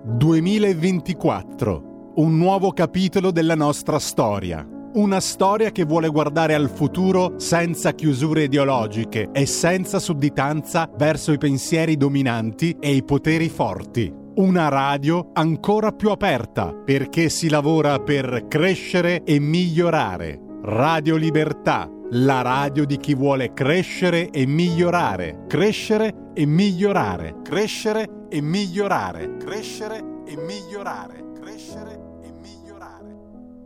2024, un nuovo capitolo della nostra storia. Una storia che vuole guardare al futuro senza chiusure ideologiche e senza sudditanza verso i pensieri dominanti e i poteri forti. Una radio ancora più aperta perché si lavora per crescere e migliorare. Radio Libertà, la radio di chi vuole crescere e migliorare. Crescere e migliorare. Crescere e migliorare. Crescere e migliorare. Crescere e migliorare.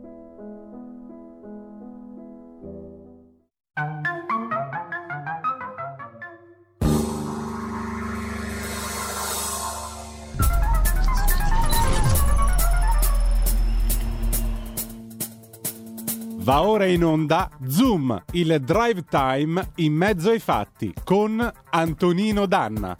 Va ora in onda Zoom, il drive time in mezzo ai fatti con Antonino Danna.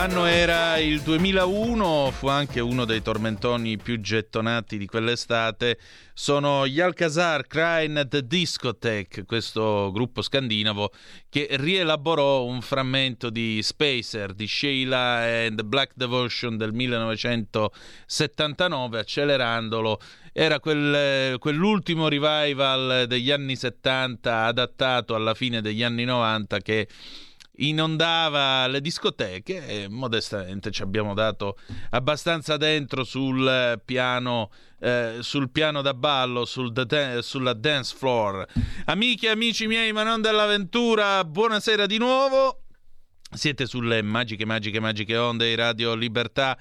L'anno era il 2001, fu anche uno dei tormentoni più gettonati di quell'estate. Sono gli Alcazar Crying at the Discotheque, questo gruppo scandinavo che rielaborò un frammento di Spacer di Sheila and the Black Devotion del 1979, accelerandolo. Era quell'ultimo revival degli anni 70 adattato alla fine degli anni 90 che inondava le discoteche e modestamente ci abbiamo dato abbastanza dentro sul piano da ballo, sulla dance floor. Amiche e amici miei, ma non dell'avventura, buonasera di nuovo. Siete sulle magiche onde di Radio Libertà.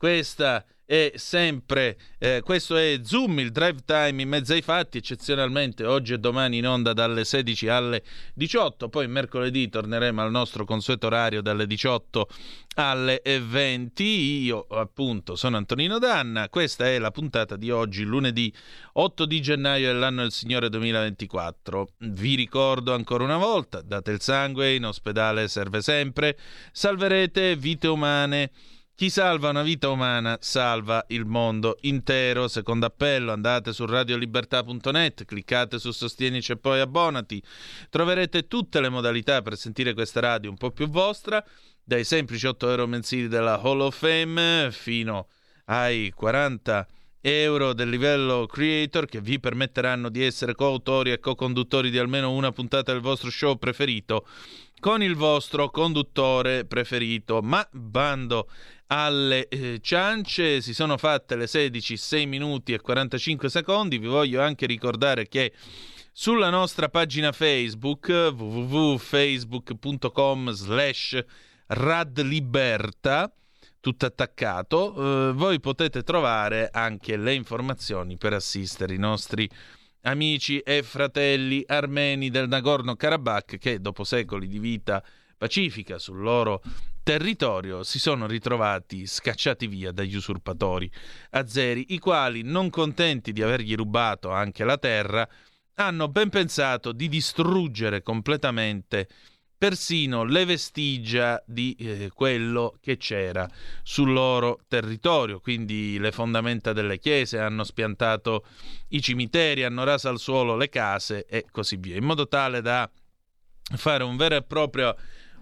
Questo è Zoom, il drive time in mezzo ai fatti, eccezionalmente oggi e domani in onda dalle 16 alle 18, poi mercoledì torneremo al nostro consueto orario dalle 18 alle 20. Io appunto sono Antonino Danna, questa è la puntata di oggi, lunedì 8 di gennaio dell'anno del Signore 2024. Vi ricordo ancora una volta, date il sangue, in ospedale serve sempre, salverete vite umane. Chi salva una vita umana salva il mondo intero. Secondo appello, andate su radiolibertà.net, cliccate su Sostienici e poi abbonati. Troverete tutte le modalità per sentire questa radio un po' più vostra, dai semplici 8 euro mensili della Hall of Fame fino ai 40 euro del livello creator, che vi permetteranno di essere coautori e co-conduttori di almeno una puntata del vostro show preferito con il vostro conduttore preferito. Ma bando alle ciance, si sono fatte le 16, 6 minuti e 45 secondi. Vi voglio anche ricordare che sulla nostra pagina Facebook, www.facebook.com/radliberta, tutto attaccato, voi potete trovare anche le informazioni per assistere i nostri amici e fratelli armeni del Nagorno-Karabakh che dopo secoli di vita pacifica sul loro territorio si sono ritrovati scacciati via dagli usurpatori azeri, i quali, non contenti di avergli rubato anche la terra, hanno ben pensato di distruggere completamente persino le vestigia di quello che c'era sul loro territorio, quindi le fondamenta delle chiese, hanno spiantato i cimiteri, hanno raso al suolo le case e così via, in modo tale da fare una vera e propria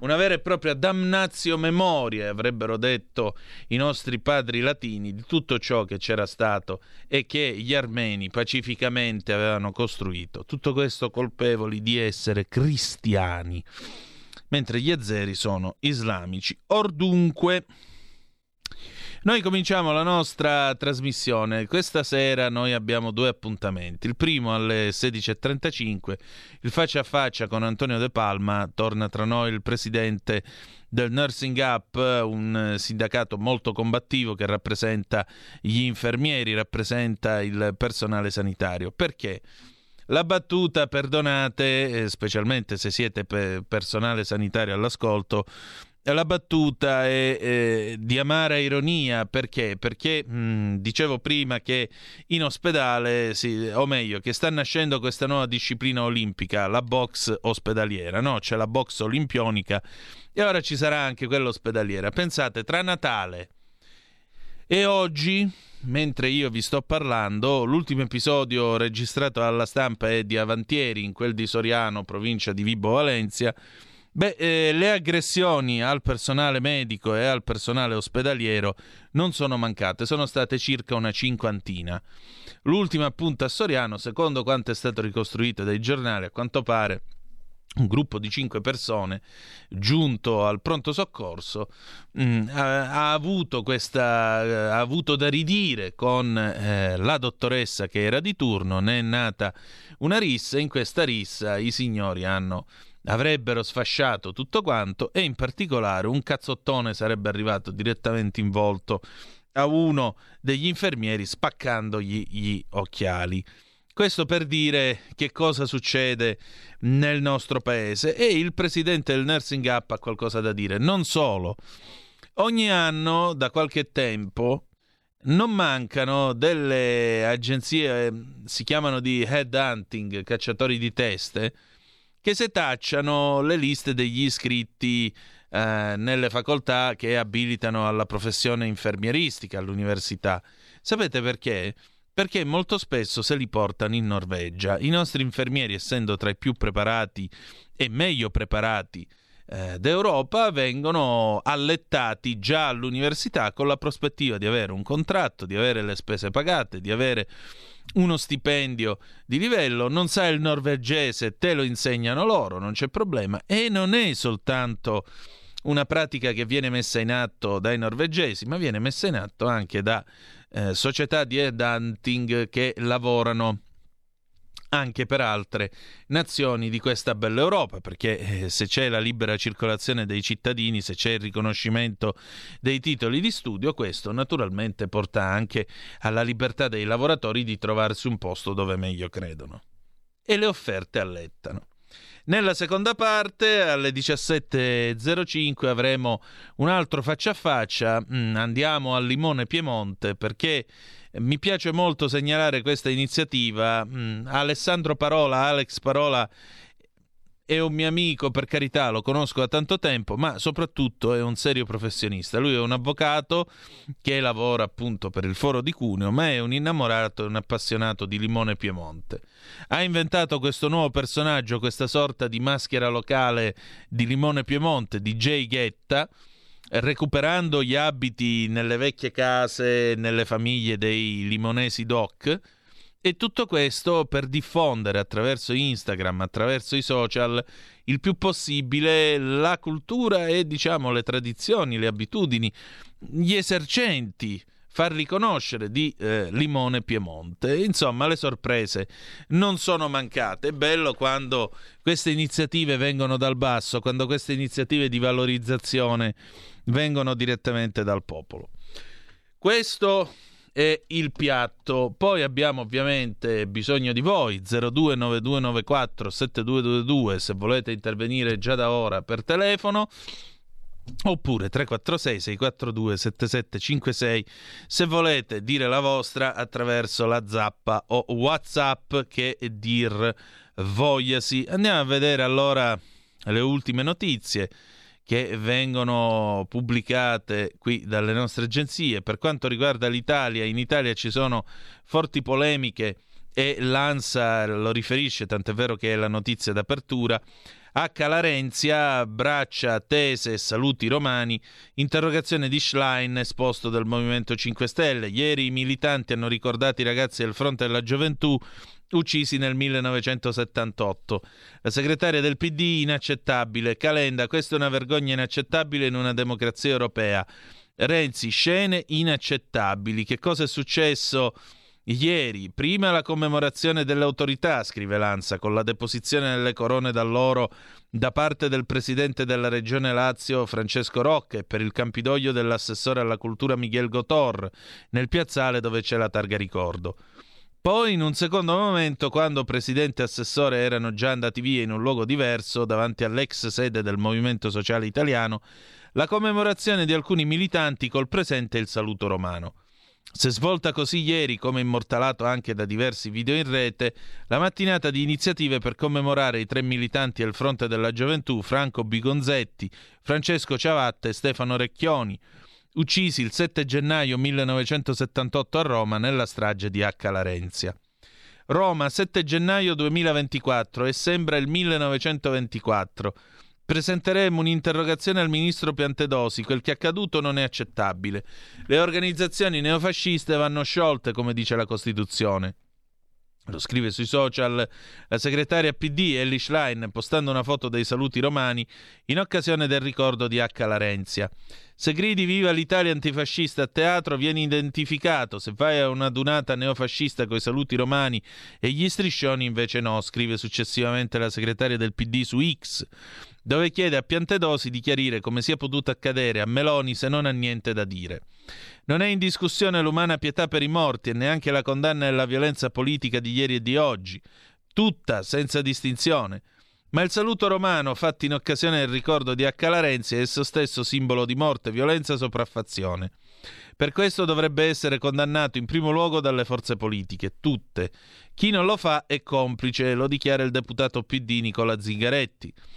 damnatio memoriae, avrebbero detto i nostri padri latini, di tutto ciò che c'era stato e che gli armeni pacificamente avevano costruito, tutto questo colpevoli di essere cristiani, mentre gli azeri sono islamici. Or dunque, noi cominciamo la nostra trasmissione. Questa sera noi abbiamo due appuntamenti. Il primo alle 16.35, il faccia a faccia con Antonio De Palma. Torna tra noi il presidente del Nursing Up, un sindacato molto combattivo che rappresenta gli infermieri, rappresenta il personale sanitario. Perché? La battuta, perdonate, specialmente se siete personale sanitario all'ascolto, la battuta è di amara ironia. Perché? Perché dicevo prima che in ospedale, o meglio, che sta nascendo questa nuova disciplina olimpica, la box ospedaliera, no? C'è la box olimpionica e ora ci sarà anche quella ospedaliera. Pensate, tra Natale e oggi, mentre io vi sto parlando, l'ultimo episodio registrato alla Stampa è di avantieri, in quel di Soriano, provincia di Vibo Valentia. Le aggressioni al personale medico e al personale ospedaliero non sono mancate, sono state circa una cinquantina. L'ultima appunto a Soriano, secondo quanto è stato ricostruito dai giornali, a quanto pare un gruppo di 5 persone giunto al pronto soccorso ha avuto da ridire con la dottoressa che era di turno. Ne è nata una rissa. In questa rissa i signori avrebbero sfasciato tutto quanto e in particolare un cazzottone sarebbe arrivato direttamente in volto a uno degli infermieri spaccandogli gli occhiali. Questo per dire che cosa succede nel nostro paese. E il presidente del Nursing Up ha qualcosa da dire. Non solo, ogni anno da qualche tempo non mancano delle agenzie, si chiamano di headhunting, cacciatori di teste, che setacciano le liste degli iscritti nelle facoltà che abilitano alla professione infermieristica all'università. Sapete perché? Perché molto spesso se li portano in Norvegia. I nostri infermieri, essendo tra i più preparati e meglio preparati d'Europa, vengono allettati già all'università con la prospettiva di avere un contratto, di avere le spese pagate, di avere uno stipendio di livello. Non sai il norvegese, te lo insegnano loro, non c'è problema. E non è soltanto una pratica che viene messa in atto dai norvegesi, ma viene messa in atto anche da società di headhunting che lavorano anche per altre nazioni di questa bella Europa, perché se c'è la libera circolazione dei cittadini, se c'è il riconoscimento dei titoli di studio, questo naturalmente porta anche alla libertà dei lavoratori di trovarsi un posto dove meglio credono. E le offerte allettano. Nella seconda parte, alle 17.05, avremo un altro faccia a faccia. Andiamo al Limone Piemonte, perché mi piace molto segnalare questa iniziativa. Alessandro Parola, Alex Parola, è un mio amico, per carità, lo conosco da tanto tempo, ma soprattutto è un serio professionista. Lui è un avvocato che lavora appunto per il Foro di Cuneo, ma è un innamorato e un appassionato di Limone Piemonte. Ha inventato questo nuovo personaggio, questa sorta di maschera locale di Limone Piemonte, DJ Ghetta, recuperando gli abiti nelle vecchie case, nelle famiglie dei limonesi doc. E tutto questo per diffondere attraverso Instagram, attraverso i social, il più possibile la cultura e, diciamo, le tradizioni, le abitudini, gli esercenti, farli conoscere di Limone Piemonte. Insomma, le sorprese non sono mancate. È bello quando queste iniziative vengono dal basso, quando queste iniziative di valorizzazione vengono direttamente dal popolo. Questo è il piatto. Poi abbiamo ovviamente bisogno di voi, 0292947222, se volete intervenire già da ora per telefono, oppure 346 642 7756 se volete dire la vostra attraverso la zappa o WhatsApp, che dir vogliasi. Andiamo a vedere allora le ultime notizie che vengono pubblicate qui dalle nostre agenzie. Per quanto riguarda l'Italia, in Italia ci sono forti polemiche e l'ANSA lo riferisce, tant'è vero che è la notizia d'apertura. H. Larenzia, braccia tese e saluti romani, interrogazione di Schlein, esposto del Movimento 5 Stelle. Ieri i militanti hanno ricordato i ragazzi del Fronte della Gioventù uccisi nel 1978. La segretaria del PD, inaccettabile. Calenda, questa è una vergogna inaccettabile in una democrazia europea. Renzi, scene inaccettabili. Che cosa è successo ieri? Prima la commemorazione delle autorità, scrive l'ANSA, con la deposizione delle corone d'alloro da parte del presidente della regione Lazio Francesco Rocca e per il Campidoglio dell'assessore alla cultura Miguel Gotor nel piazzale dove c'è la targa ricordo. Poi, in un secondo momento, quando presidente e assessore erano già andati via in un luogo diverso, davanti all'ex sede del Movimento Sociale Italiano, la commemorazione di alcuni militanti col presente e il saluto romano. Si è svolta così ieri, come immortalato anche da diversi video in rete, la mattinata di iniziative per commemorare i 3 militanti al Fronte della Gioventù, Franco Bigonzetti, Francesco Ciavatta e Stefano Recchioni, uccisi il 7 gennaio 1978 a Roma nella strage di H. Larenzia. Roma, 7 gennaio 2024, e sembra il 1924. Presenteremo un'interrogazione al ministro Piantedosi. Quel che è accaduto non è accettabile. Le organizzazioni neofasciste vanno sciolte, come dice la Costituzione. Lo scrive sui social la segretaria PD Elly Schlein, postando una foto dei saluti romani in occasione del ricordo di H. Larenzia. Se gridi viva l'Italia antifascista a teatro vieni identificato, se vai a una adunata neofascista coi saluti romani e gli striscioni invece no, scrive successivamente la segretaria del PD su X, dove chiede a Piantedosi di chiarire come sia potuto accadere a Meloni se non ha niente da dire. Non è in discussione l'umana pietà per i morti e neanche la condanna della violenza politica di ieri e di oggi, tutta senza distinzione. Ma il saluto romano fatto in occasione del ricordo di H. Larenzia è esso stesso simbolo di morte, violenza e sopraffazione. Per questo dovrebbe essere condannato in primo luogo dalle forze politiche, tutte. Chi non lo fa è complice, lo dichiara il deputato PD Nicola Zingaretti.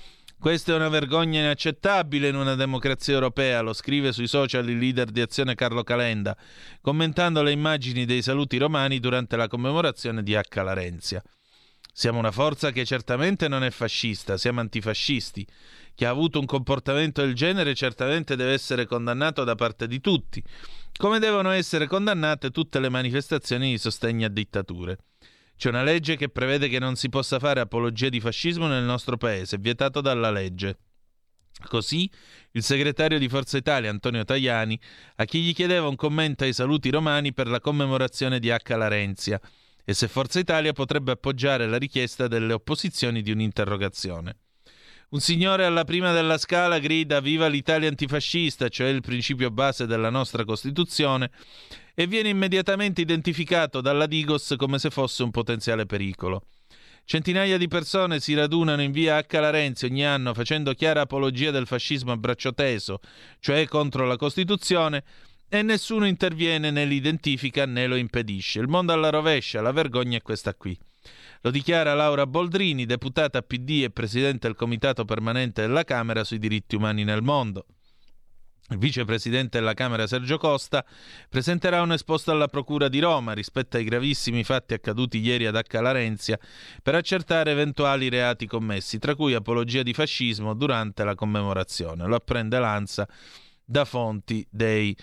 Questa è una vergogna inaccettabile in una democrazia europea, lo scrive sui social il leader di Azione Carlo Calenda, commentando le immagini dei saluti romani durante la commemorazione di H. Larenzia. Siamo una forza che certamente non è fascista, siamo antifascisti. Chi ha avuto un comportamento del genere certamente deve essere condannato da parte di tutti, come devono essere condannate tutte le manifestazioni di sostegno a dittature. C'è una legge che prevede che non si possa fare apologia di fascismo nel nostro paese, vietato dalla legge. Così il segretario di Forza Italia, Antonio Tajani, a chi gli chiedeva un commento ai saluti romani per la commemorazione di H. Larenzia, e se Forza Italia potrebbe appoggiare la richiesta delle opposizioni di un'interrogazione. Un signore alla prima della scala grida «Viva l'Italia antifascista», cioè il principio base della nostra Costituzione, e viene immediatamente identificato dalla Digos come se fosse un potenziale pericolo. Centinaia di persone si radunano in via H. Larenzia ogni anno facendo chiara apologia del fascismo a braccio teso, cioè contro la Costituzione, e nessuno interviene né li identifica né lo impedisce. Il mondo alla rovescia, la vergogna è questa qui. Lo dichiara Laura Boldrini, deputata PD e presidente del Comitato Permanente della Camera sui diritti umani nel mondo. Il vicepresidente della Camera Sergio Costa presenterà un esposto alla Procura di Roma rispetto ai gravissimi fatti accaduti ieri ad H. Larenzia per accertare eventuali reati commessi, tra cui apologia di fascismo durante la commemorazione. Lo apprende l'ANSA da fonti dei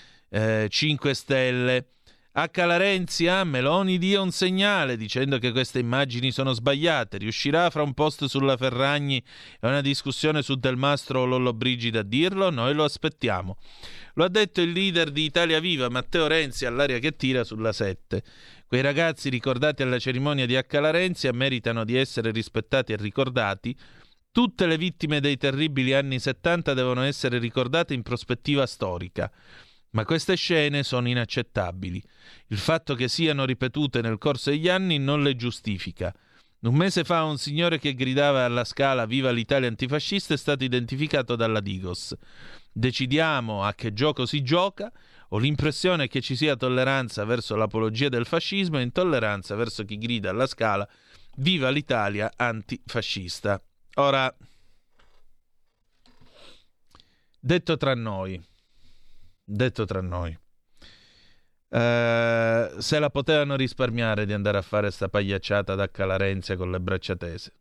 5 Stelle. H. Larenzia, Meloni dia un segnale dicendo che queste immagini sono sbagliate. Riuscirà fra un post sulla Ferragni e una discussione su Del Mastro o Lollobrigida a dirlo? Noi lo aspettiamo. Lo ha detto il leader di Italia Viva, Matteo Renzi, all'aria che tira sulla 7. Quei ragazzi ricordati alla cerimonia di H. Larenzia meritano di essere rispettati e ricordati. Tutte le vittime dei terribili anni 70 devono essere ricordate in prospettiva storica. Ma queste scene sono inaccettabili. Il fatto che siano ripetute nel corso degli anni non le giustifica. Un mese fa un signore che gridava alla Scala «Viva l'Italia antifascista» è stato identificato dalla Digos. Decidiamo a che gioco si gioca. Ho l'impressione che ci sia tolleranza verso l'apologia del fascismo e intolleranza verso chi grida alla Scala «Viva l'Italia antifascista». Ora, detto tra noi, se la potevano risparmiare di andare a fare sta pagliacciata da H. Larenzia con le braccia tese,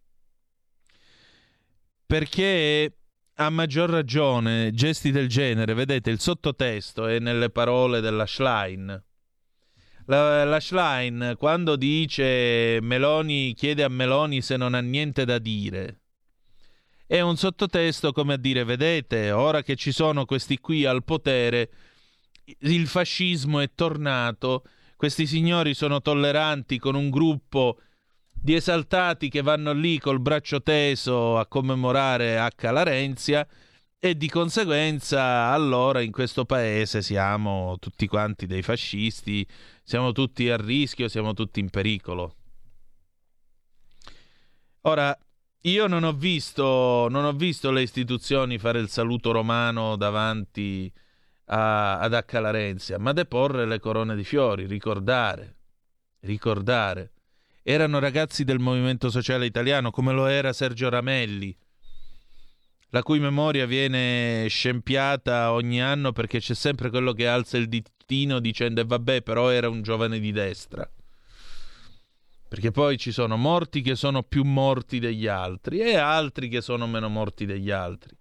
perché a maggior ragione gesti del genere, vedete il sottotesto è nelle parole della Schlein. La Schlein quando dice Meloni chiede a Meloni se non ha niente da dire, è un sottotesto come a dire vedete, ora che ci sono questi qui al potere il fascismo è tornato, questi signori sono tolleranti con un gruppo di esaltati che vanno lì col braccio teso a commemorare H. Larenzia e di conseguenza allora in questo paese siamo tutti quanti dei fascisti, siamo tutti a rischio, siamo tutti in pericolo. Ora, io non ho visto le istituzioni fare il saluto romano davanti ad H. Larenzia, ma deporre le corone di fiori, ricordare. Erano ragazzi del Movimento Sociale Italiano, come lo era Sergio Ramelli, la cui memoria viene scempiata ogni anno perché c'è sempre quello che alza il ditino dicendo vabbè, però era un giovane di destra. Perché poi ci sono morti che sono più morti degli altri e altri che sono meno morti degli altri.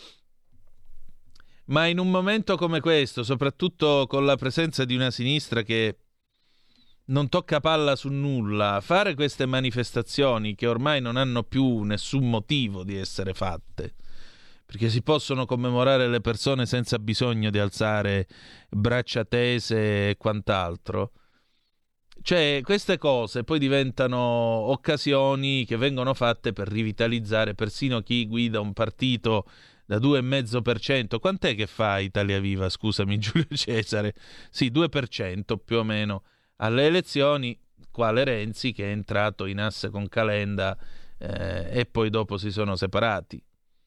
Ma in un momento come questo, soprattutto con la presenza di una sinistra che non tocca palla su nulla, fare queste manifestazioni che ormai non hanno più nessun motivo di essere fatte, perché si possono commemorare le persone senza bisogno di alzare braccia tese e quant'altro. Cioè, queste cose poi diventano occasioni che vengono fatte per rivitalizzare persino chi guida un partito da 2,5%. Quant'è che fa Italia Viva? Scusami Giulio Cesare. Sì, 2% più o meno alle elezioni, quale Renzi che è entrato in asse con Calenda e poi dopo si sono separati.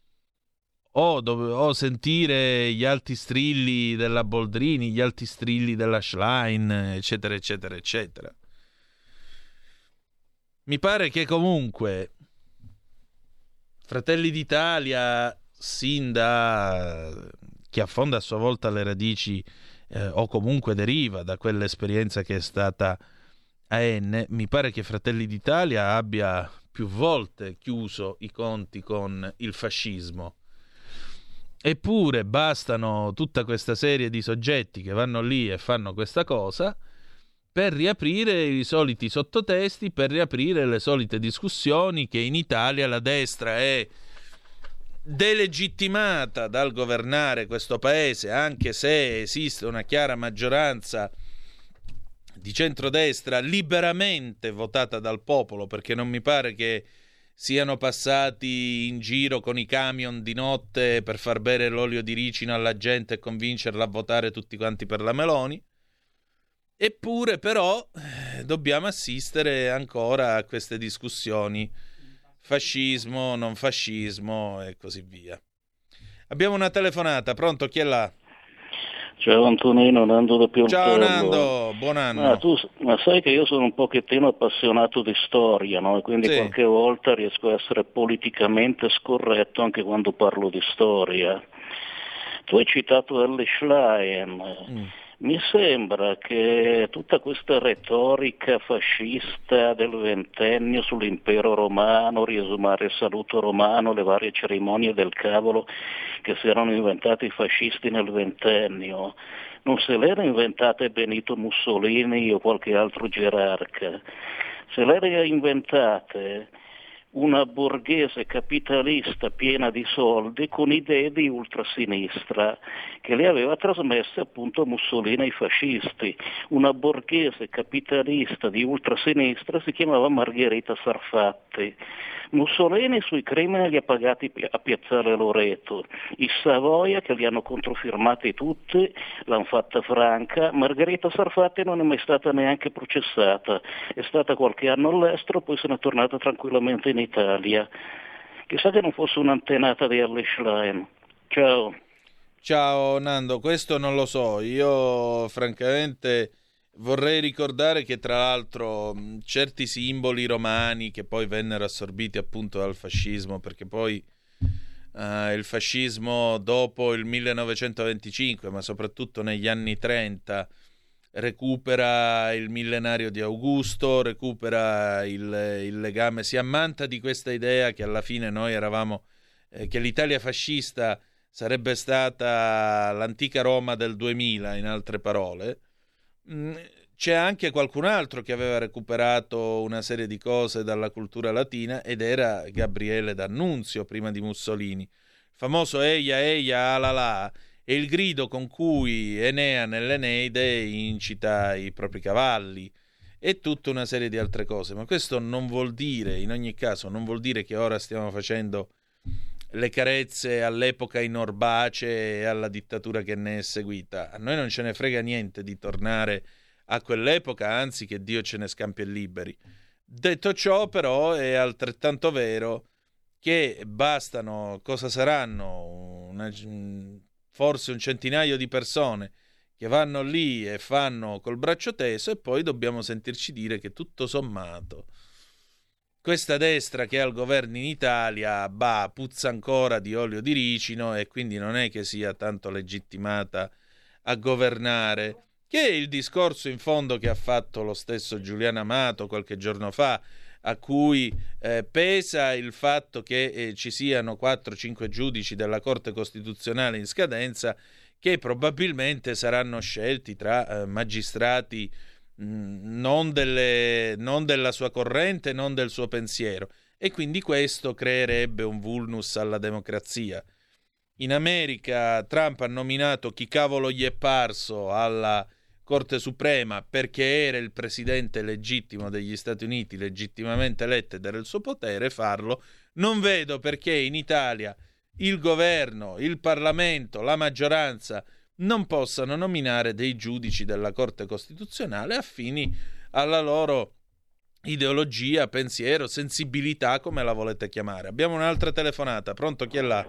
O sentire gli alti strilli della Boldrini, gli alti strilli della Schlein, eccetera, eccetera, eccetera. Mi pare che comunque Fratelli d'Italia, sin da che affonda a sua volta le radici o comunque deriva da quell'esperienza che è stata AN, mi pare che Fratelli d'Italia abbia più volte chiuso i conti con il fascismo. Eppure bastano tutta questa serie di soggetti che vanno lì e fanno questa cosa per riaprire i soliti sottotesti, per riaprire le solite discussioni che in Italia la destra è delegittimata dal governare questo paese, anche se esiste una chiara maggioranza di centrodestra liberamente votata dal popolo, perché non mi pare che siano passati in giro con i camion di notte per far bere l'olio di ricino alla gente e convincerla a votare tutti quanti per la Meloni. Eppure però dobbiamo assistere ancora a queste discussioni, fascismo, non fascismo e così via. Abbiamo una telefonata, pronto, chi è là? Ciao Antonino, Nando da Pioltello. Ciao Nando, buon anno. Ma sai che io sono un pochettino appassionato di storia, no? E quindi qualche volta riesco a essere politicamente scorretto anche quando parlo di storia. Tu hai citato Elly Schlein. Mi sembra che tutta questa retorica fascista del ventennio sull'impero romano, riesumare il saluto romano, le varie cerimonie del cavolo che si erano inventati i fascisti nel ventennio, non se le era inventate Benito Mussolini o qualche altro gerarca, se le era inventate una borghese capitalista piena di soldi con idee di ultrasinistra che le aveva trasmesse appunto Mussolini ai fascisti. Una borghese capitalista di ultrasinistra si chiamava Margherita Sarfatti. Mussolini sui crimini li ha pagati a Piazzale Loreto, i Savoia che li hanno controfirmati tutti l'hanno fatta franca. Margherita Sarfatti non è mai stata neanche processata, è stata qualche anno all'estero, poi se n'è tornata tranquillamente in Italia. Chissà che non fosse un'antenata di Elly Schlein. Ciao. Ciao Nando, questo non lo so, io francamente vorrei ricordare che tra l'altro certi simboli romani che poi vennero assorbiti appunto dal fascismo, perché poi il fascismo dopo il 1925, ma soprattutto negli anni 30, recupera il millenario di Augusto, recupera il legame, si ammanta di questa idea che alla fine noi eravamo, che l'Italia fascista sarebbe stata l'antica Roma del 2000, in altre parole. C'è anche qualcun altro che aveva recuperato una serie di cose dalla cultura latina ed era Gabriele D'Annunzio prima di Mussolini. Il famoso Eia Eia Alala è il grido con cui Enea nell'Eneide incita i propri cavalli e tutta una serie di altre cose, ma questo non vuol dire, in ogni caso, non vuol dire che ora stiamo facendo le carezze all'epoca in Orbace e alla dittatura che ne è seguita. A noi non ce ne frega niente di tornare a quell'epoca, anzi che Dio ce ne scampi e liberi. Detto ciò, però, è altrettanto vero che bastano, cosa saranno, forse un centinaio di persone che vanno lì e fanno col braccio teso e poi dobbiamo sentirci dire che tutto sommato questa destra che ha il governo in Italia puzza ancora di olio di ricino e quindi non è che sia tanto legittimata a governare, che è il discorso in fondo che ha fatto lo stesso Giuliano Amato qualche giorno fa, a cui pesa il fatto che ci siano 4-5 giudici della Corte Costituzionale in scadenza che probabilmente saranno scelti tra magistrati non della sua corrente, non del suo pensiero, e quindi questo creerebbe un vulnus alla democrazia. In America Trump ha nominato chi cavolo gli è parso alla Corte Suprema perché era il presidente legittimo degli Stati Uniti, legittimamente eletto ed era il suo potere farlo. Non vedo perché in Italia il governo, il Parlamento, la maggioranza non possano nominare dei giudici della Corte Costituzionale affini alla loro ideologia, pensiero, sensibilità, come la volete chiamare. Abbiamo un'altra telefonata. Pronto, chi è là?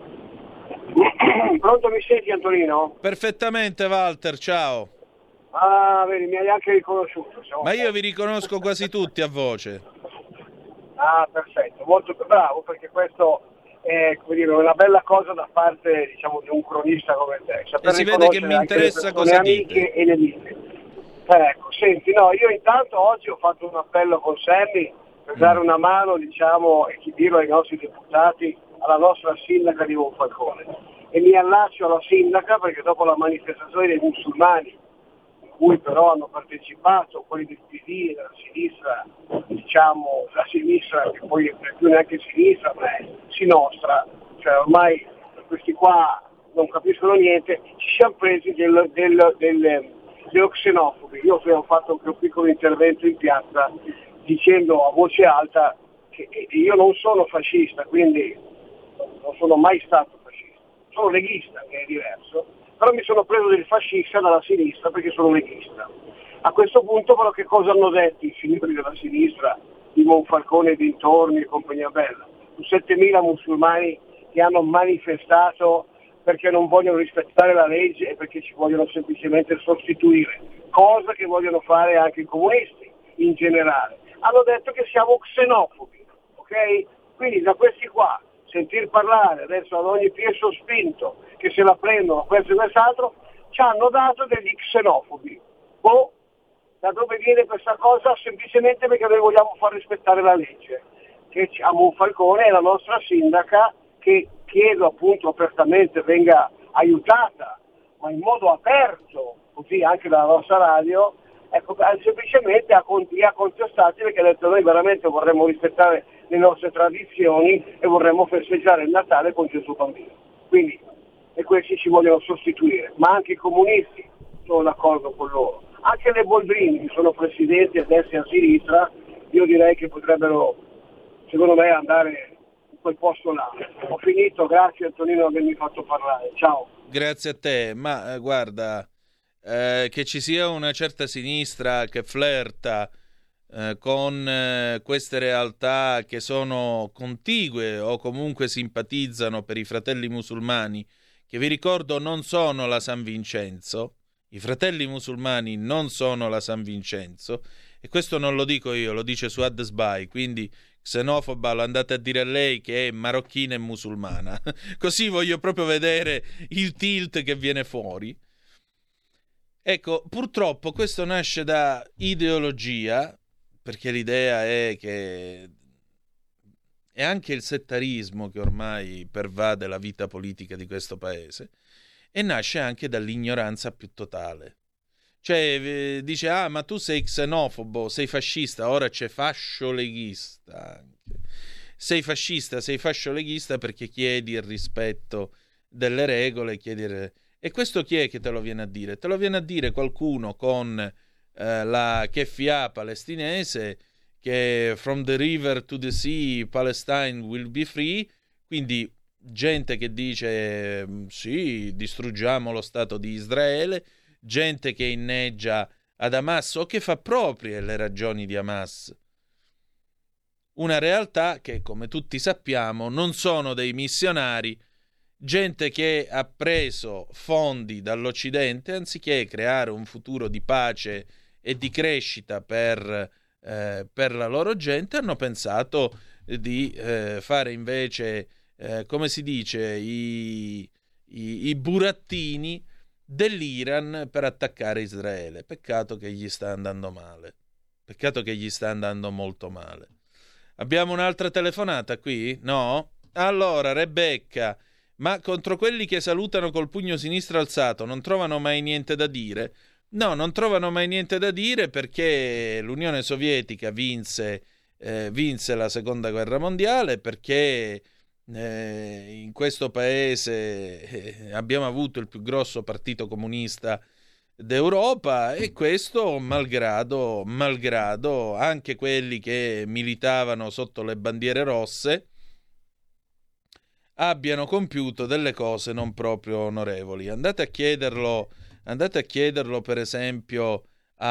Pronto, mi senti Antonino? Perfettamente, Walter, ciao. Ah, vedi, mi hai anche riconosciuto. Ma io vi riconosco quasi tutti a voce. Ah, perfetto, molto bravo, perché questo è, come dire, una bella cosa da parte, diciamo, di un cronista come te. E si vede che mi interessa cosa amiche dite. E nemiche. Ecco, senti, no, io intanto oggi ho fatto un appello con Sammy per dare una mano, diciamo, e chi dirlo ai nostri deputati, alla nostra sindaca di Monfalcone. E mi allaccio alla sindaca perché dopo la manifestazione dei musulmani, in cui però hanno partecipato quelli del PD e della sinistra, diciamo la sinistra, che poi non è più neanche sinistra, ma è sinostra, cioè ormai questi qua non capiscono niente, ci siamo presi dello xenofobi. Io ho fatto anche un piccolo intervento in piazza dicendo a voce alta che io non sono fascista, quindi non sono mai stato fascista, sono leghista, che è diverso, però mi sono preso del fascista dalla sinistra perché sono leghista. A questo punto però che cosa hanno detto i signori della sinistra di Monfalcone e dintorni e compagnia bella? Su 7.000 musulmani che hanno manifestato perché non vogliono rispettare la legge e perché ci vogliono semplicemente sostituire, cosa che vogliono fare anche i comunisti in generale. Hanno detto che siamo xenofobi, ok? Quindi da questi qua sentir parlare adesso ad ogni piè sospinto che se la prendono questo e quest'altro, ci hanno dato degli xenofobi. Da dove viene questa cosa? Semplicemente perché noi vogliamo far rispettare la legge, che a Monfalcone è la nostra sindaca, che chiedo appunto apertamente venga aiutata, ma in modo aperto, così anche dalla nostra radio, ecco, semplicemente a contestati perché ha detto noi veramente vorremmo rispettare le nostre tradizioni e vorremmo festeggiare il Natale con Gesù Bambino. Quindi, e questi ci vogliono sostituire, ma anche i comunisti sono d'accordo con loro. Anche le Boldrini, che sono presidenti a destra e a sinistra, io direi che potrebbero, secondo me, andare in quel posto là. Ho finito, grazie Antonino per avermi fatto parlare, ciao. Grazie a te, ma guarda, che ci sia una certa sinistra che flirta con queste realtà che sono contigue o comunque simpatizzano per i fratelli musulmani, che vi ricordo non sono la San Vincenzo. I fratelli musulmani non sono la San Vincenzo, e questo non lo dico io, lo dice Suad Sbai, quindi xenofoba lo andate a dire a lei che è marocchina e musulmana. Così voglio proprio vedere il tilt che viene fuori. Ecco, purtroppo questo nasce da ideologia, perché l'idea è che è anche il settarismo che ormai pervade la vita politica di questo paese, e nasce anche dall'ignoranza più totale. Cioè dice, ma tu sei xenofobo, sei fascista, ora c'è fascioleghista anche. Sei fascista, sei fascioleghista perché chiedi il rispetto delle regole, e questo chi è che te lo viene a dire? Te lo viene a dire qualcuno con la keffia palestinese, che from the river to the sea Palestine will be free, quindi gente che dice sì, distruggiamo lo Stato di Israele, gente che inneggia ad Hamas o che fa proprie le ragioni di Hamas. Una realtà che, come tutti sappiamo, non sono dei missionari, gente che ha preso fondi dall'Occidente anziché creare un futuro di pace e di crescita per la loro gente, hanno pensato di fare invece come si dice, i burattini dell'Iran per attaccare Israele. Peccato che gli sta andando male. Peccato che gli sta andando molto male. Abbiamo un'altra telefonata qui? No? Allora, Rebecca, ma contro quelli che salutano col pugno sinistro alzato non trovano mai niente da dire? No, non trovano mai niente da dire perché l'Unione Sovietica vinse la Seconda Guerra Mondiale, perché in questo paese abbiamo avuto il più grosso partito comunista d'Europa, e questo malgrado anche quelli che militavano sotto le bandiere rosse abbiano compiuto delle cose non proprio onorevoli. Andate a chiederlo per esempio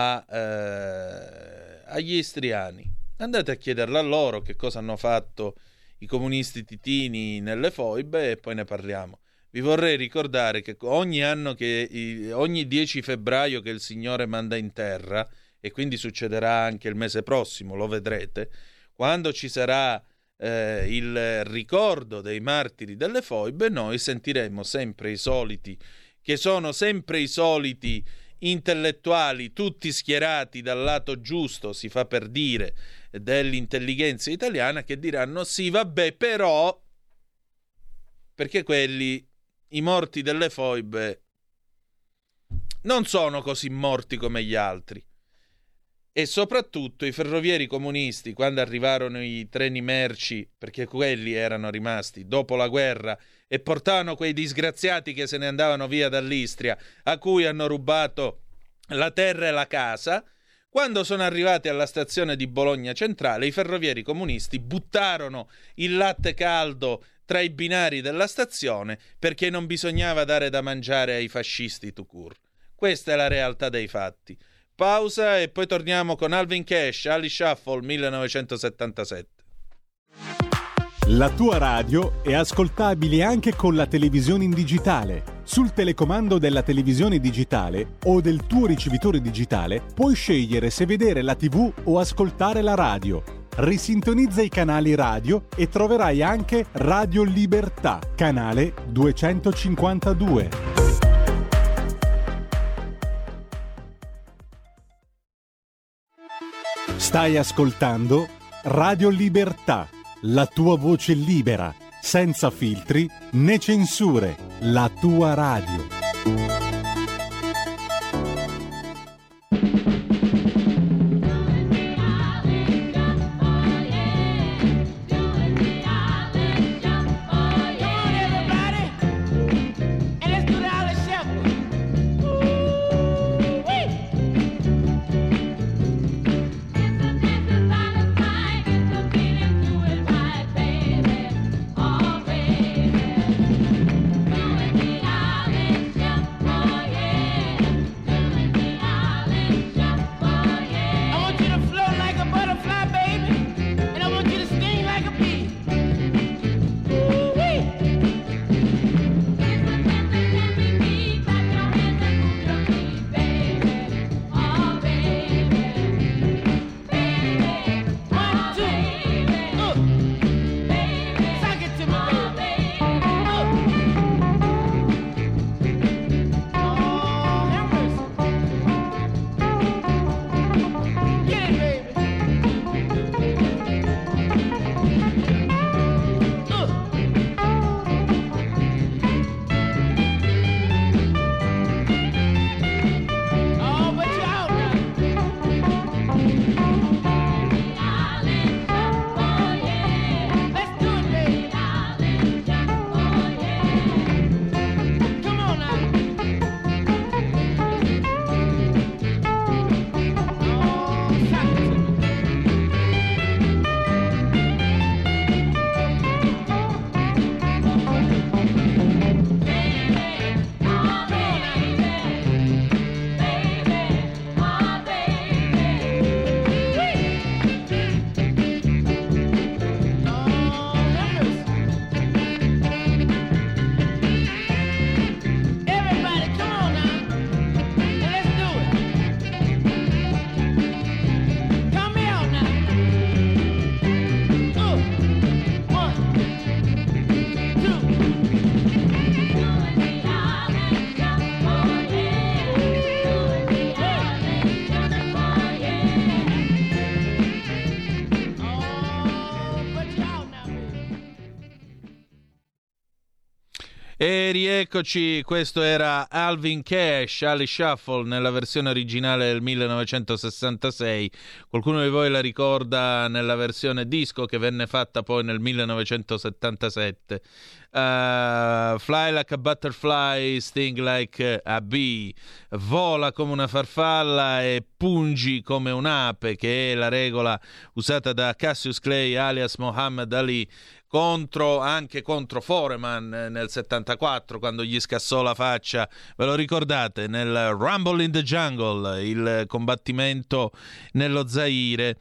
agli istriani, andate a chiederlo a loro che cosa hanno fatto i comunisti titini nelle foibe, e poi ne parliamo. Vi vorrei ricordare che ogni anno, ogni 10 febbraio che il Signore manda in terra, e quindi succederà anche il mese prossimo, lo vedrete, quando ci sarà il ricordo dei martiri delle foibe, noi sentiremo sempre i soliti, che sono sempre i soliti intellettuali, tutti schierati dal lato giusto, si fa per dire, dell'intelligenza italiana, che diranno sì, vabbè, però, perché quelli, i morti delle foibe, non sono così morti come gli altri. E soprattutto i ferrovieri comunisti, quando arrivarono i treni merci, perché quelli erano rimasti dopo la guerra, e portavano quei disgraziati che se ne andavano via dall'Istria, a cui hanno rubato la terra e la casa, quando sono arrivati alla stazione di Bologna Centrale, i ferrovieri comunisti buttarono il latte caldo tra i binari della stazione perché non bisognava dare da mangiare ai fascisti tout court. Questa è la realtà dei fatti. Pausa e poi torniamo con Alvin Cash, Ali Shuffle 1977. La tua radio è ascoltabile anche con la televisione in digitale. Sul telecomando della televisione digitale o del tuo ricevitore digitale puoi scegliere se vedere la TV o ascoltare la radio. Risintonizza i canali radio e troverai anche Radio Libertà, canale 252. Stai ascoltando Radio Libertà, la tua voce libera, senza filtri né censure, la tua radio. E rieccoci, questo era Alvin Cash, Ali Shuffle nella versione originale del 1966. Qualcuno di voi la ricorda nella versione disco che venne fatta poi nel 1977. Fly like a butterfly, sting like a bee. Vola come una farfalla e pungi come un'ape, che è la regola usata da Cassius Clay alias Muhammad Ali anche contro Foreman nel 74, quando gli scassò la faccia, ve lo ricordate, nel Rumble in the Jungle, il combattimento nello Zaire.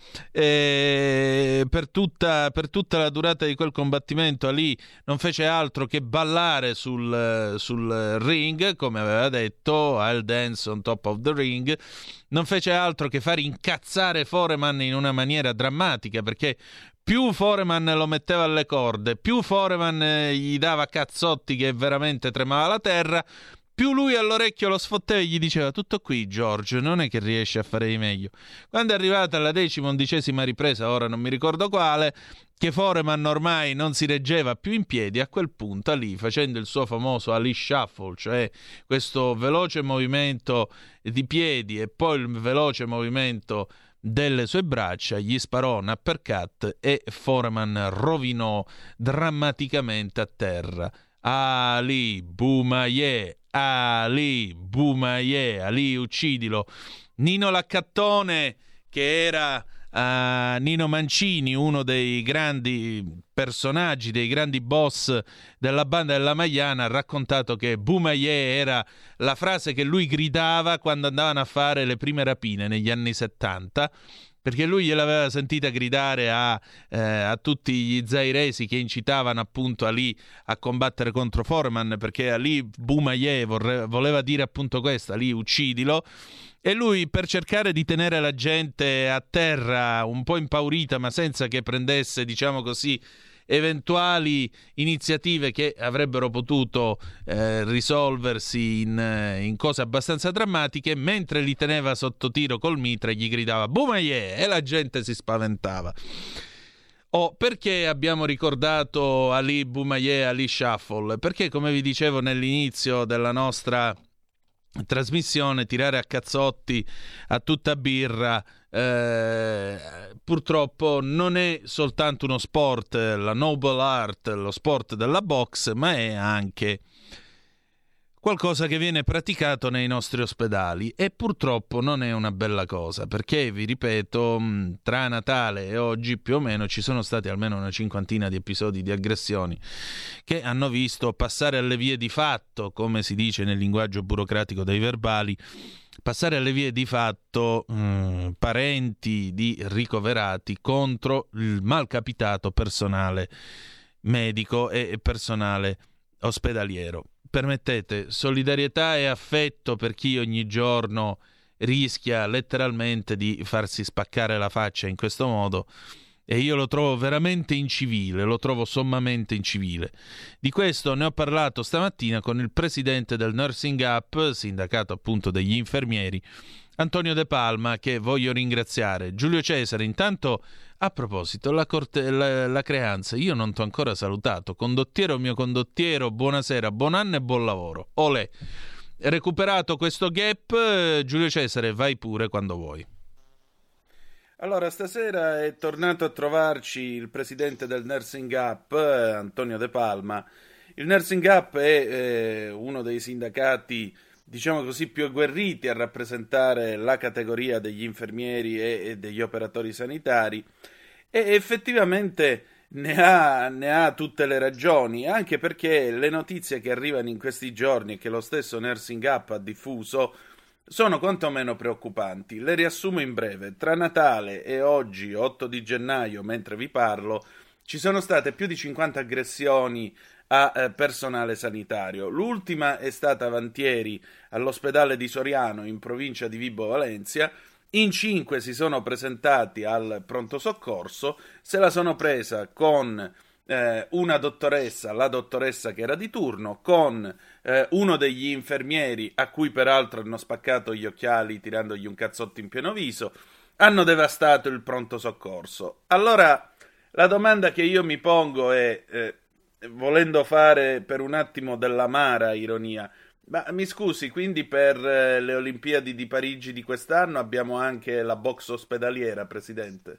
Per tutta la durata di quel combattimento Ali non fece altro che ballare sul ring, come aveva detto, I'll dance on top of the ring. Non fece altro che far incazzare Foreman in una maniera drammatica, perché più Foreman lo metteva alle corde, più Foreman gli dava cazzotti che veramente tremava la terra, più lui all'orecchio lo sfotteva e gli diceva: tutto qui, George, non è che riesci a fare di meglio. Quando è arrivata alla 10ª ripresa, ora non mi ricordo quale, che Foreman ormai non si reggeva più in piedi, a quel punto lì, facendo il suo famoso Ali Shuffle, cioè questo veloce movimento di piedi e poi il veloce movimento delle sue braccia, gli sparò un uppercut e Foreman rovinò drammaticamente a terra. Ali Boumaier, Ali Boumaier, Ali uccidilo. Nino Laccattone, che era Nino Mancini, uno dei grandi personaggi, dei grandi boss della banda della Magliana, ha raccontato che Boumaier era la frase che lui gridava quando andavano a fare le prime rapine negli anni 70, perché lui gliel'aveva sentita gridare a tutti gli zairesi che incitavano appunto Ali a combattere contro Foreman, perché Ali Boumaier voleva dire appunto questo: Ali uccidilo. E lui, per cercare di tenere la gente a terra un po' impaurita, ma senza che prendesse, diciamo così, eventuali iniziative che avrebbero potuto risolversi in cose abbastanza drammatiche, mentre li teneva sotto tiro col mitra gli gridava Boumaier e la gente si spaventava. Perché abbiamo ricordato Ali Boumaier, Ali Shuffle? Perché, come vi dicevo nell'inizio della nostra trasmissione, tirare a cazzotti a tutta birra purtroppo non è soltanto uno sport, la noble art, lo sport della box, ma è anche qualcosa che viene praticato nei nostri ospedali, e purtroppo non è una bella cosa, perché, vi ripeto, tra Natale e oggi più o meno ci sono stati almeno una 50ina di episodi di aggressioni che hanno visto passare alle vie di fatto, come si dice nel linguaggio burocratico dei verbali, passare alle vie di fatto parenti di ricoverati contro il malcapitato personale medico e personale ospedaliero. Permettete, solidarietà e affetto per chi ogni giorno rischia letteralmente di farsi spaccare la faccia in questo modo, e io lo trovo veramente incivile, lo trovo sommamente incivile. Di questo ne ho parlato stamattina con il presidente del Nursing Up, sindacato appunto degli infermieri, Antonio De Palma, che voglio ringraziare. Giulio Cesare, intanto, a proposito, la Creanza, io non t'ho ancora salutato. Condottiero mio condottiero, buonasera, buon anno e buon lavoro. Olè, recuperato questo gap, Giulio Cesare, vai pure quando vuoi. Allora, stasera è tornato a trovarci il presidente del Nursing Up, Antonio De Palma. Il Nursing Up è uno dei sindacati, diciamo così, più agguerriti a rappresentare la categoria degli infermieri e degli operatori sanitari, e effettivamente ne ha tutte le ragioni, anche perché le notizie che arrivano in questi giorni e che lo stesso Nursing Up ha diffuso sono quantomeno preoccupanti. Le riassumo in breve. Tra Natale e oggi, 8 di gennaio, mentre vi parlo, ci sono state più di 50 aggressioni a personale sanitario. L'ultima è stata avantieri all'ospedale di Soriano, in provincia di Vibo Valentia. In 5 si sono presentati al pronto soccorso, se la sono presa con una dottoressa, la dottoressa che era di turno, con uno degli infermieri, a cui peraltro hanno spaccato gli occhiali tirandogli un cazzotto in pieno viso. Hanno devastato il pronto soccorso. Allora, la domanda che io mi pongo è, volendo fare per un attimo dell'amara ironia, ma mi scusi, quindi per le Olimpiadi di Parigi di quest'anno abbiamo anche la box ospedaliera, Presidente?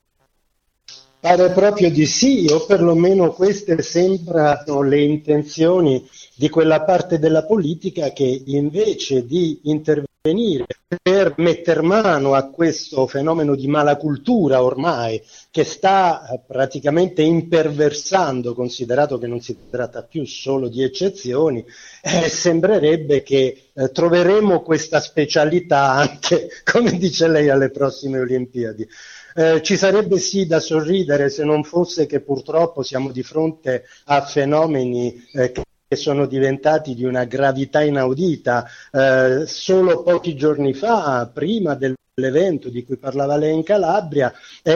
Pare proprio di sì, o perlomeno queste sembrano le intenzioni di quella parte della politica che, invece di intervenire per metter mano a questo fenomeno di malacultura ormai che sta praticamente imperversando, considerato che non si tratta più solo di eccezioni, sembrerebbe che troveremo questa specialità anche, come dice lei, alle prossime Olimpiadi. Ci sarebbe sì da sorridere, se non fosse che purtroppo siamo di fronte a fenomeni che sono diventati di una gravità inaudita. Solo pochi giorni fa, prima del l'evento di cui parlava lei in Calabria,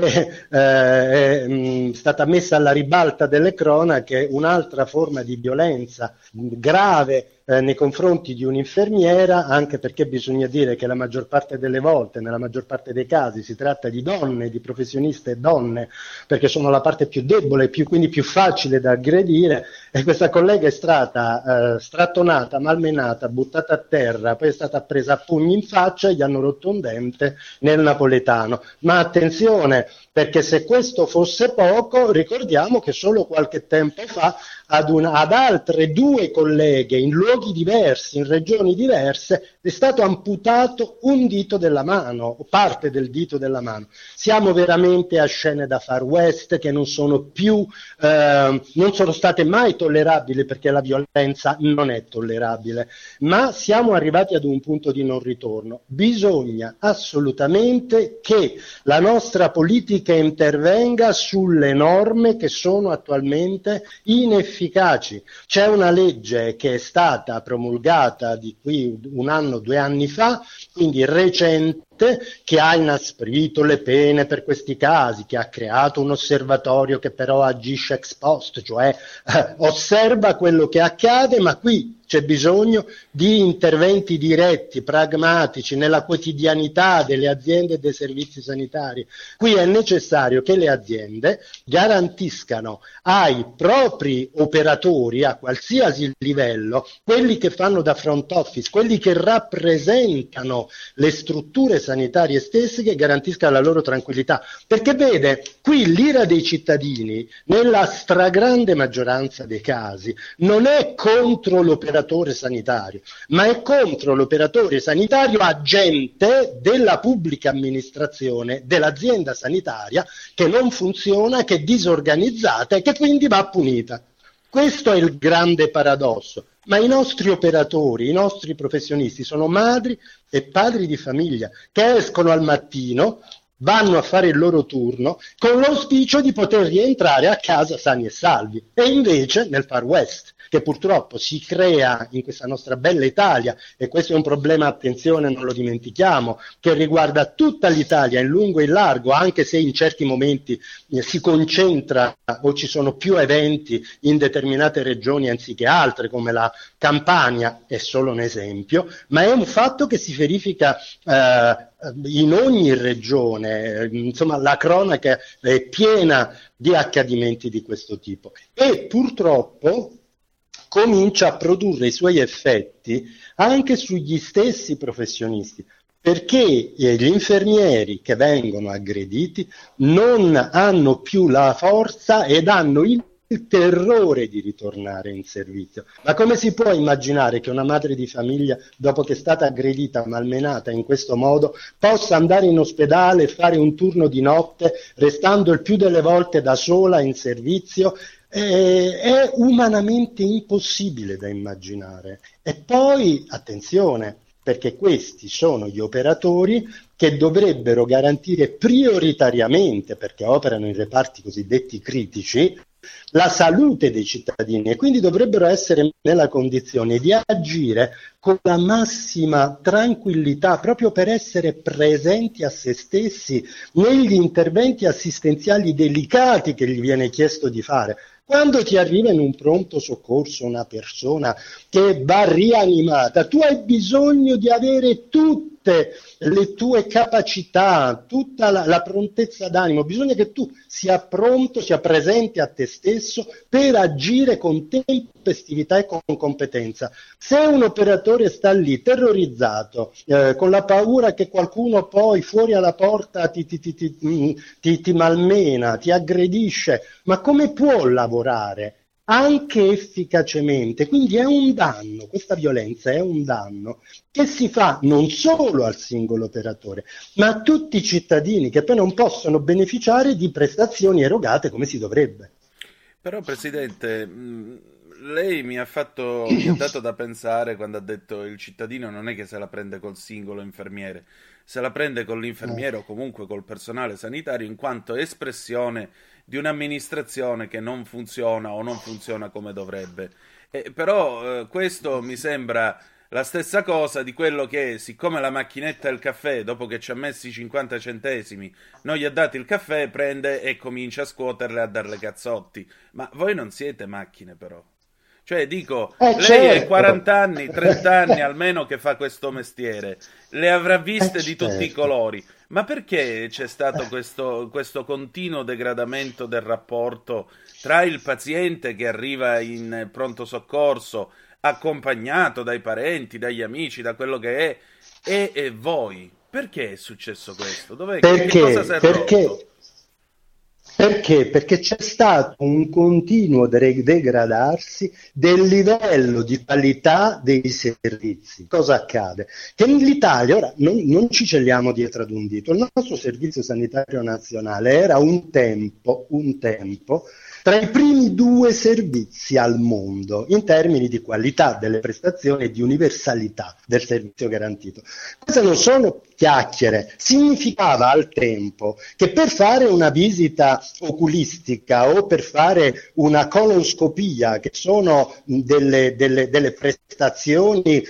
è stata messa alla ribalta delle cronache un'altra forma di violenza grave nei confronti di un'infermiera, anche perché bisogna dire che la maggior parte delle volte, nella maggior parte dei casi, si tratta di donne, di professioniste donne, perché sono la parte più debole, quindi più facile da aggredire, e questa collega è stata strattonata, malmenata, buttata a terra, poi è stata presa a pugni in faccia e gli hanno rotto un dente nel napoletano. Ma attenzione, perché se questo fosse poco, ricordiamo che solo qualche tempo fa ad altre 2 colleghe in luoghi diversi, in regioni diverse, è stato amputato un dito della mano, o parte del dito della mano. Siamo veramente a scene da Far West che non sono state mai tollerabili, perché la violenza non è tollerabile, ma siamo arrivati ad un punto di non ritorno. Bisogna assolutamente che la nostra politica intervenga sulle norme che sono attualmente inefficaci. C'è una legge che è stata promulgata di qui 1 anno, 2 anni fa, quindi recente, che ha inasprito le pene per questi casi, che ha creato un osservatorio che però agisce ex post, cioè osserva quello che accade, ma qui c'è bisogno di interventi diretti, pragmatici, nella quotidianità delle aziende e dei servizi sanitari. Qui è necessario che le aziende garantiscano ai propri operatori, a qualsiasi livello, quelli che fanno da front office, quelli che rappresentano le strutture sanitarie stesse, che garantiscano la loro tranquillità. Perché vede, qui l'ira dei cittadini, nella stragrande maggioranza dei casi, non è contro l'operatore sanitario, ma è contro l'operatore sanitario agente della pubblica amministrazione, dell'azienda sanitaria, che non funziona, che è disorganizzata e che quindi va punita. Questo è il grande paradosso. Ma i nostri operatori, i nostri professionisti sono madri e padri di famiglia che escono al mattino, vanno a fare il loro turno con l'auspicio di poter rientrare a casa sani e salvi, e invece nel Far West, che purtroppo si crea in questa nostra bella Italia, e questo è un problema, attenzione, non lo dimentichiamo, che riguarda tutta l'Italia in lungo e in largo, anche se in certi momenti si concentra o ci sono più eventi in determinate regioni anziché altre, come la Campania è solo un esempio, ma è un fatto che si verifica in ogni regione. Insomma, la cronaca è piena di accadimenti di questo tipo, e purtroppo comincia a produrre i suoi effetti anche sugli stessi professionisti, perché gli infermieri che vengono aggrediti non hanno più la forza ed hanno il terrore di ritornare in servizio. Ma come si può immaginare che una madre di famiglia, dopo che è stata aggredita, malmenata in questo modo, possa andare in ospedale e fare un turno di notte, restando il più delle volte da sola in servizio? È umanamente impossibile da immaginare. E poi, attenzione, perché questi sono gli operatori che dovrebbero garantire prioritariamente, perché operano in reparti cosiddetti critici, la salute dei cittadini, e quindi dovrebbero essere nella condizione di agire con la massima tranquillità, proprio per essere presenti a se stessi negli interventi assistenziali delicati che gli viene chiesto di fare. Quando ti arriva in un pronto soccorso una persona che va rianimata, tu hai bisogno di avere tutte le tue capacità, tutta la prontezza d'animo, bisogna che tu sia pronto, sia presente a te stesso per agire con tempestività e con competenza. Se un operatore sta lì terrorizzato, con la paura che qualcuno poi fuori alla porta ti malmena, ti aggredisce, ma come può lavorare anche efficacemente? Quindi è un danno, questa violenza è un danno che si fa non solo al singolo operatore, ma a tutti i cittadini, che poi non possono beneficiare di prestazioni erogate come si dovrebbe. Però, Presidente, lei mi ha dato da pensare quando ha detto il cittadino non è che se la prende col singolo infermiere, se la prende con l'infermiere o comunque col personale sanitario, in quanto espressione di un'amministrazione che non funziona o non funziona come dovrebbe. Però questo mi sembra La stessa cosa di quello che, siccome la macchinetta del caffè, dopo che ci ha messi i 50 centesimi, non gli ha dato il caffè, prende e comincia a scuoterle e a darle cazzotti. Ma voi non siete macchine, però. Cioè, dico, lei certo. è 40 anni, 30 anni almeno che fa questo mestiere, le avrà viste di tutti i colori. Ma perché c'è stato questo continuo degradamento del rapporto tra il paziente che arriva in pronto soccorso, accompagnato dai parenti, dagli amici, da quello che è, e voi? Perché è successo questo? Che cosa si è rotto? Perché c'è stato un continuo degradarsi del livello di qualità dei servizi. Cosa accade? Che l'Italia, ora non ci celliamo dietro ad un dito, il nostro Servizio Sanitario Nazionale era un tempo tra i primi 2 servizi al mondo in termini di qualità delle prestazioni e di universalità del servizio garantito. Queste non sono chiacchiere, significava al tempo che per fare una visita oculistica o per fare una colonscopia, che sono delle prestazioni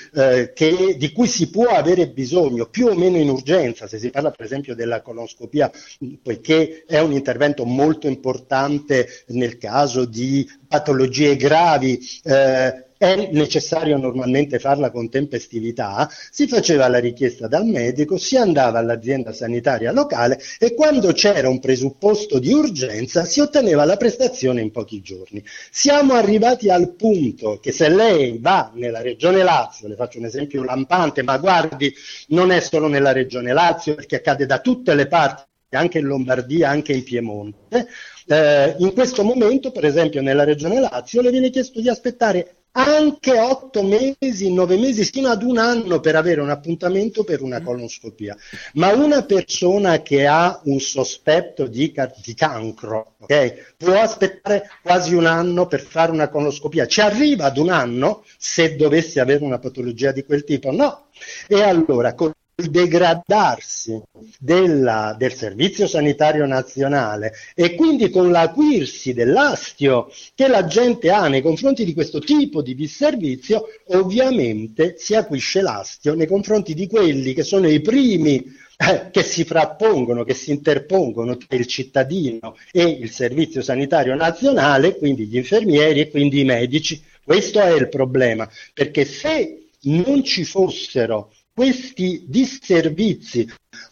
di cui si può avere bisogno più o meno in urgenza, se si parla per esempio della colonscopia, poiché è un intervento molto importante nel caso di patologie gravi, è necessario normalmente farla con tempestività, si faceva la richiesta dal medico, si andava all'azienda sanitaria locale e quando c'era un presupposto di urgenza si otteneva la prestazione in pochi giorni. Siamo arrivati al punto che se lei va nella regione Lazio, le faccio un esempio lampante, ma guardi, non è solo nella regione Lazio perché accade da tutte le parti, anche in Lombardia, anche in Piemonte, in questo momento, per esempio nella regione Lazio, le viene chiesto di aspettare anche 8 mesi, 9 mesi, fino ad un anno per avere un appuntamento per una colonscopia. Ma una persona che ha un sospetto di cancro, okay, può aspettare quasi un anno per fare una colonscopia. Ci arriva ad un anno se dovesse avere una patologia di quel tipo? No. E allora, con il degradarsi del Servizio Sanitario Nazionale e quindi con l'acuirsi dell'astio che la gente ha nei confronti di questo tipo di disservizio, ovviamente si acuisce l'astio nei confronti di quelli che sono i primi che si frappongono, che si interpongono tra il cittadino e il Servizio Sanitario Nazionale, quindi gli infermieri e quindi i medici. Questo è il problema, perché se non ci fossero questi disservizi,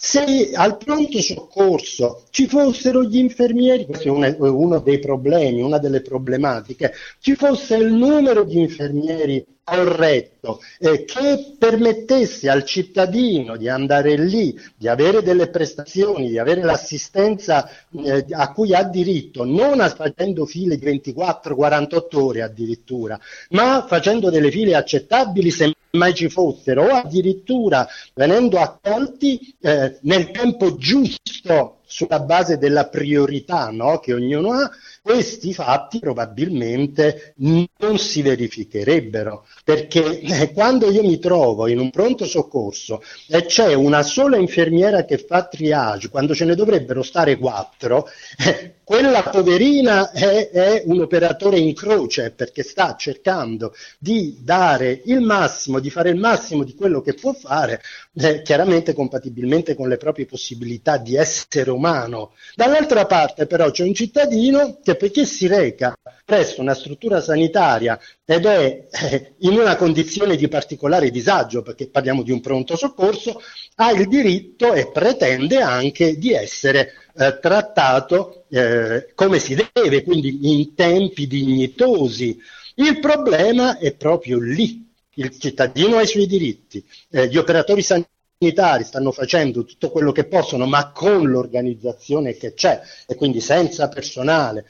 se al pronto soccorso ci fossero gli infermieri, questo è uno dei problemi, una delle problematiche, ci fosse il numero di infermieri corretto che permettesse al cittadino di andare lì, di avere delle prestazioni, di avere l'assistenza a cui ha diritto, non facendo file di 24-48 ore addirittura, ma facendo delle file accettabili se mai ci fossero, o addirittura venendo accolti nel tempo giusto sulla base della priorità, no, che ognuno ha. Questi fatti probabilmente non si verificherebbero, perché quando io mi trovo in un pronto soccorso e c'è una sola infermiera che fa triage, quando ce ne dovrebbero stare 4, quella poverina è un operatore in croce, perché sta cercando di dare il massimo, di fare il massimo di quello che può fare, chiaramente compatibilmente con le proprie possibilità di essere umano. Dall'altra parte però c'è un cittadino che, perché si reca presso una struttura sanitaria ed è in una condizione di particolare disagio, perché parliamo di un pronto soccorso, ha il diritto e pretende anche di essere trattato come si deve, quindi in tempi dignitosi. Il problema è proprio lì. Il cittadino ha i suoi diritti, gli operatori sanitari stanno facendo tutto quello che possono, ma con l'organizzazione che c'è, e quindi senza personale,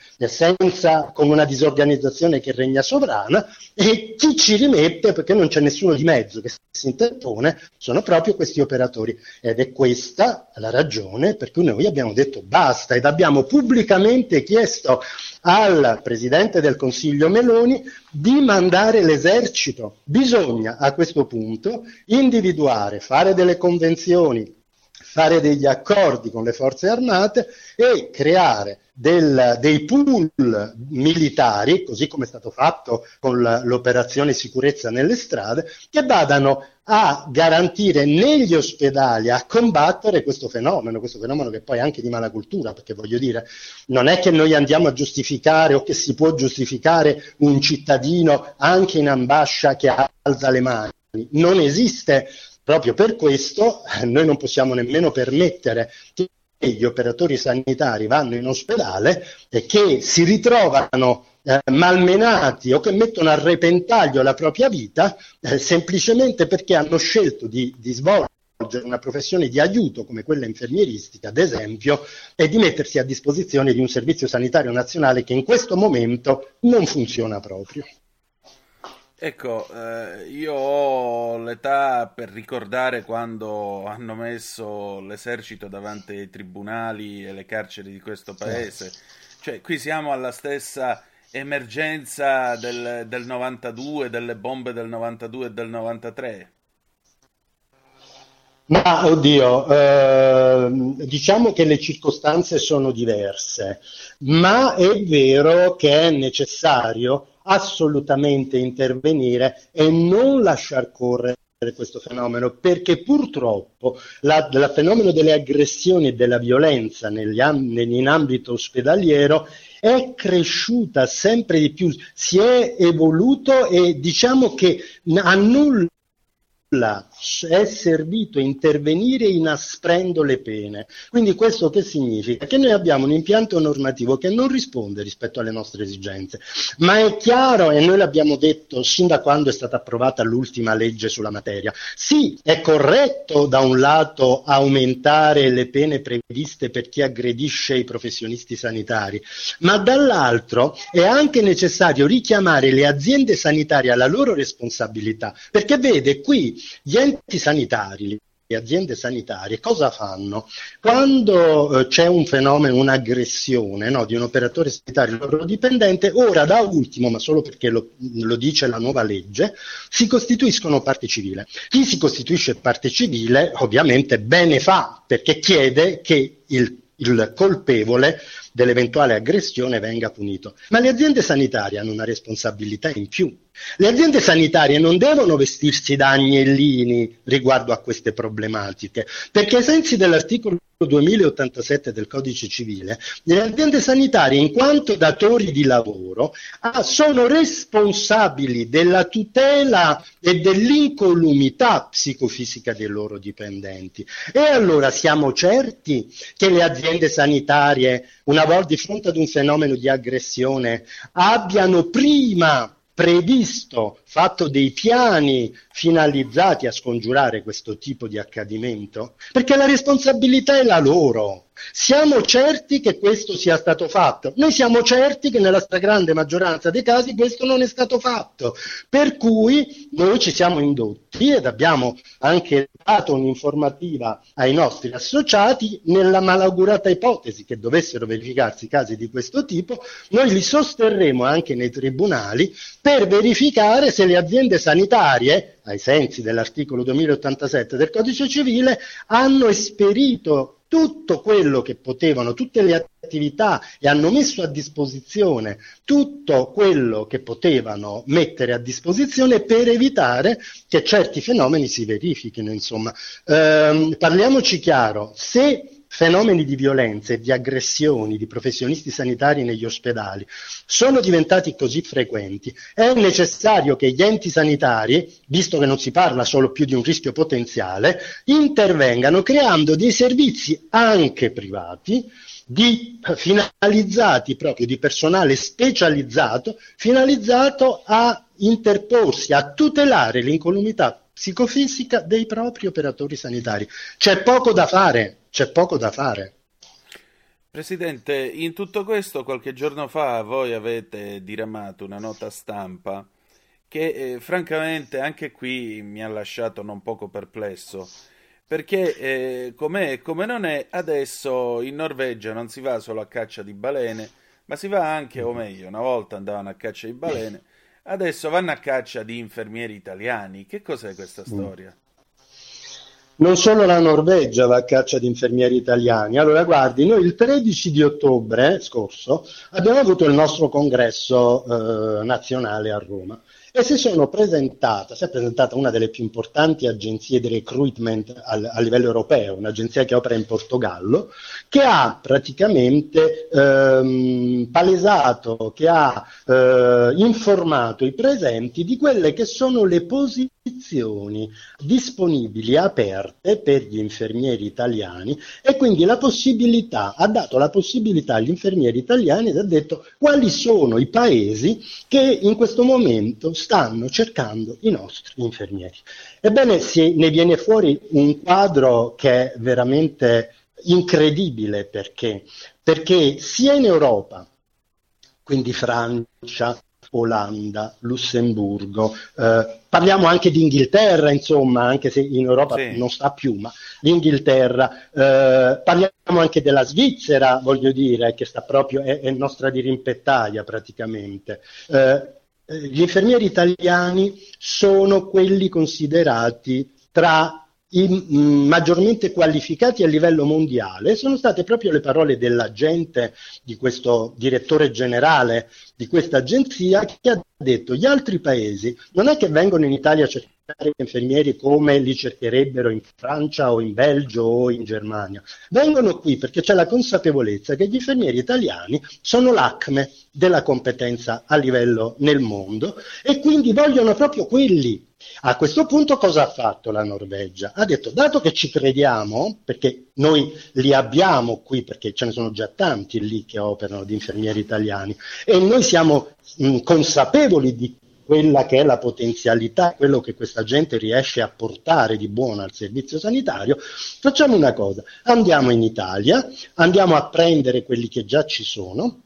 con una disorganizzazione che regna sovrana, e chi ci rimette, perché non c'è nessuno di mezzo che si interpone, sono proprio questi operatori. Ed è questa la ragione per cui noi abbiamo detto basta, ed abbiamo pubblicamente chiesto al Presidente del Consiglio Meloni di mandare l'esercito. Bisogna a questo punto individuare, fare delle convenzioni, fare degli accordi con le forze armate e creare dei pool militari, così come è stato fatto con l'operazione sicurezza nelle strade, che vadano a garantire negli ospedali, a combattere questo fenomeno che poi è anche di malacultura, perché voglio dire, non è che noi andiamo a giustificare o che si può giustificare un cittadino anche in ambascia che alza le mani, non esiste. Proprio per questo noi non possiamo nemmeno permettere che gli operatori sanitari vanno in ospedale e che si ritrovano malmenati o che mettono a repentaglio la propria vita semplicemente perché hanno scelto di svolgere una professione di aiuto come quella infermieristica, ad esempio, e di mettersi a disposizione di un servizio sanitario nazionale che in questo momento non funziona proprio. Ecco, io ho l'età per ricordare quando hanno messo l'esercito davanti ai tribunali e le carceri di questo paese. Cioè, qui siamo alla stessa emergenza del 92, delle bombe del 92 e del 93. Ma oddio, diciamo che le circostanze sono diverse, ma è vero che è necessario assolutamente intervenire e non lasciar correre questo fenomeno, perché purtroppo il fenomeno delle aggressioni e della violenza in ambito ospedaliero è cresciuta sempre di più, si è evoluto e diciamo che a nulla è servito intervenire inasprendo le pene. Quindi questo che significa? Che noi abbiamo un impianto normativo che non risponde rispetto alle nostre esigenze, ma è chiaro, e noi l'abbiamo detto sin da quando è stata approvata l'ultima legge sulla materia, sì, è corretto da un lato aumentare le pene previste per chi aggredisce i professionisti sanitari, ma dall'altro è anche necessario richiamare le aziende sanitarie alla loro responsabilità, perché vede qui gli enti sanitari, le aziende sanitarie cosa fanno? Quando c'è un fenomeno, un'aggressione di un operatore sanitario loro dipendente, ora da ultimo, ma solo perché lo dice la nuova legge, si costituiscono parte civile. Chi si costituisce parte civile ovviamente bene fa, perché chiede che il colpevole dell'eventuale aggressione venga punito. Ma le aziende sanitarie hanno una responsabilità in più. Le aziende sanitarie non devono vestirsi da agnellini riguardo a queste problematiche, perché ai sensi dell'articolo 2087 del Codice Civile, le aziende sanitarie, in quanto datori di lavoro, sono responsabili della tutela e dell'incolumità psicofisica dei loro dipendenti. E allora siamo certi che le aziende sanitarie, una volta di fronte ad un fenomeno di aggressione, abbiano prima fatto dei piani finalizzati a scongiurare questo tipo di accadimento? Perché la responsabilità è la loro. Siamo certi che questo sia stato fatto. Noi siamo certi che nella stragrande maggioranza dei casi questo non è stato fatto. Per cui noi ci siamo indotti ed abbiamo anche dato un'informativa ai nostri associati nella malaugurata ipotesi che dovessero verificarsi casi di questo tipo, noi li sosterremo anche nei tribunali per verificare se le aziende sanitarie, ai sensi dell'articolo 2087 del Codice Civile, hanno esperito tutto quello che potevano, tutte le attività, e hanno messo a disposizione tutto quello che potevano mettere a disposizione per evitare che certi fenomeni si verifichino. Insomma, parliamoci chiaro, se fenomeni di violenza e di aggressioni di professionisti sanitari negli ospedali sono diventati così frequenti, è necessario che gli enti sanitari, visto che non si parla solo più di un rischio potenziale, intervengano creando dei servizi anche privati finalizzati proprio di personale specializzato, finalizzato a interporsi, a tutelare l'incolumità psicofisica dei propri operatori sanitari. C'è poco da fare. Presidente, in tutto questo qualche giorno fa voi avete diramato una nota stampa che francamente anche qui mi ha lasciato non poco perplesso, perché come non è, adesso in Norvegia non si va solo a caccia di balene, ma si va anche, o meglio, una volta andavano a caccia di balene, adesso vanno a caccia di infermieri italiani. Che cos'è questa storia? Non solo la Norvegia va a caccia di infermieri italiani. Allora, guardi, noi il 13 di ottobre scorso abbiamo avuto il nostro congresso nazionale a Roma e si è presentata una delle più importanti agenzie di recruitment a livello europeo, un'agenzia che opera in Portogallo, che ha praticamente palesato, che ha informato i presenti di quelle che sono le posizioni disponibili aperte per gli infermieri italiani, e quindi ha dato la possibilità agli infermieri italiani ed ha detto quali sono i paesi che in questo momento stanno cercando i nostri infermieri. Ebbene, ne viene fuori un quadro che è veramente incredibile, perché sia in Europa, quindi Francia, Olanda, Lussemburgo, parliamo anche di Inghilterra, insomma, anche se in Europa non sta più, ma l'Inghilterra, parliamo anche della Svizzera, voglio dire, che sta proprio, è nostra dirimpettaia praticamente. Gli infermieri italiani sono quelli considerati tra i maggiormente qualificati a livello mondiale. Sono state proprio le parole dell'agente, di questo direttore generale di questa agenzia, che ha detto: gli altri paesi non è che vengono in Italia a cercare infermieri come li cercherebbero in Francia o in Belgio o in Germania, vengono qui perché c'è la consapevolezza che gli infermieri italiani sono l'acme della competenza a livello nel mondo, e quindi vogliono proprio quelli. A questo punto cosa ha fatto la Norvegia? Ha detto: dato che ci crediamo, perché noi li abbiamo qui, perché ce ne sono già tanti lì che operano di infermieri italiani, e noi siamo consapevoli di quella che è la potenzialità, quello che questa gente riesce a portare di buono al servizio sanitario, facciamo una cosa: andiamo in Italia, andiamo a prendere quelli che già ci sono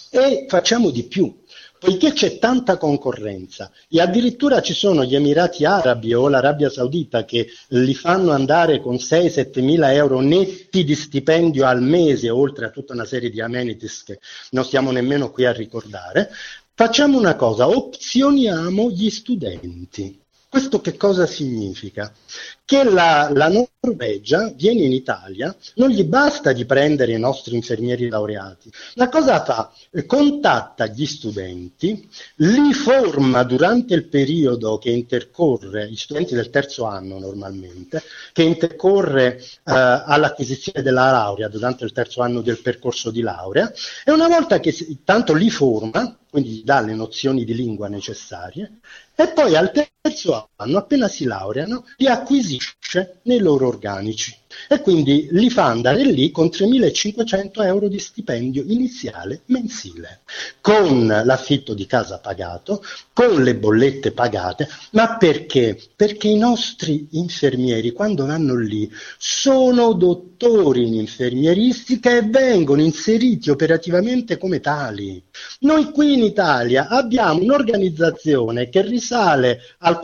e facciamo di più. Poiché c'è tanta concorrenza e addirittura ci sono gli Emirati Arabi o l'Arabia Saudita che li fanno andare con 6-7 mila euro netti di stipendio al mese, oltre a tutta una serie di amenities che non stiamo nemmeno qui a ricordare, facciamo una cosa: opzioniamo gli studenti. Questo che cosa significa? Che la Norvegia viene in Italia, non gli basta di prendere i nostri infermieri laureati, ma cosa fa? Contatta gli studenti, li forma durante il periodo che intercorre, gli studenti del terzo anno normalmente, che intercorre all'acquisizione della laurea durante il terzo anno del percorso di laurea, e una volta che tanto li forma, quindi gli dà le nozioni di lingua necessarie, e poi al terzo anno, appena si laureano, li acquisisce nei loro organici e quindi li fa andare lì con 3.500 euro di stipendio iniziale mensile, con l'affitto di casa pagato, con le bollette pagate. Ma perché? Perché i nostri infermieri, quando vanno lì, sono dottori in infermieristica e vengono inseriti operativamente come tali. Noi qui in Italia abbiamo un'organizzazione che risale al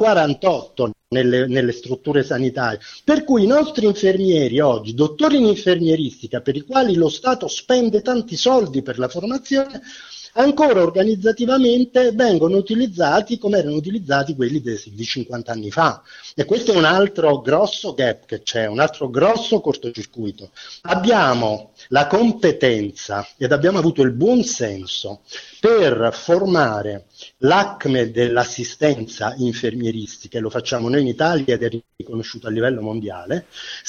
48 nelle strutture sanitarie, per cui i nostri infermieri oggi, dottori in infermieristica, per i quali lo Stato spende tanti soldi per la formazione, ancora organizzativamente vengono utilizzati come erano utilizzati quelli di 50 anni fa. E questo è un altro grosso gap che c'è, un altro grosso cortocircuito. Abbiamo la competenza ed abbiamo avuto il buon senso per formare l'acme dell'assistenza infermieristica, e lo facciamo noi in Italia ed è riconosciuto a livello mondiale.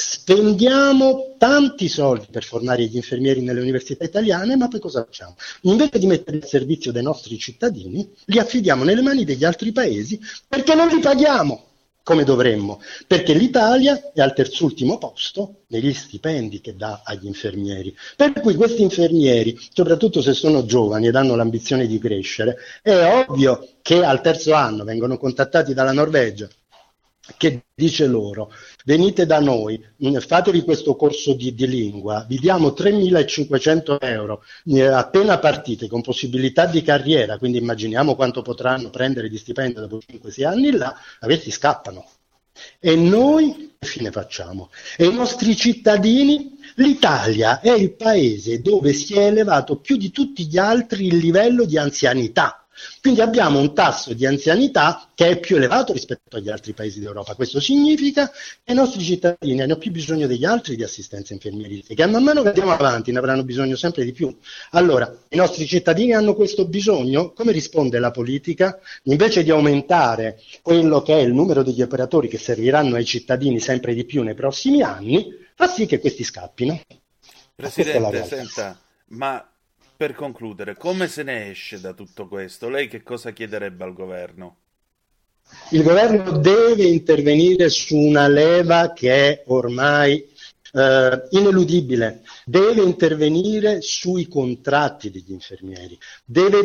Spendiamo tanti soldi per formare gli infermieri nelle università italiane, ma poi cosa facciamo? Invece di mettere al servizio dei nostri cittadini, li affidiamo nelle mani degli altri paesi perché non li paghiamo come dovremmo, perché l'Italia è al terzultimo posto negli stipendi che dà agli infermieri. Per cui questi infermieri, soprattutto se sono giovani ed hanno l'ambizione di crescere, è ovvio che al terzo anno vengono contattati dalla Norvegia, che dice loro: venite da noi, fatevi questo corso di lingua, vi diamo 3.500 euro appena partite, con possibilità di carriera, quindi immaginiamo quanto potranno prendere di stipendio dopo 5-6 anni là, questi scappano. E noi che fine facciamo? E i nostri cittadini? L'Italia è il paese dove si è elevato più di tutti gli altri il livello di anzianità. Quindi abbiamo un tasso di anzianità che è più elevato rispetto agli altri paesi d'Europa. Questo significa che i nostri cittadini hanno più bisogno degli altri di assistenza infermieristica e man mano che andiamo avanti ne avranno bisogno sempre di più. Allora, i nostri cittadini hanno questo bisogno? Come risponde la politica? Invece di aumentare quello che è il numero degli operatori che serviranno ai cittadini sempre di più nei prossimi anni, fa sì che questi scappino. Presidente, senta, ma per concludere, come se ne esce da tutto questo? Lei che cosa chiederebbe al governo? Il governo deve intervenire su una leva che è ormai ineludibile, deve intervenire sui contratti degli infermieri, deve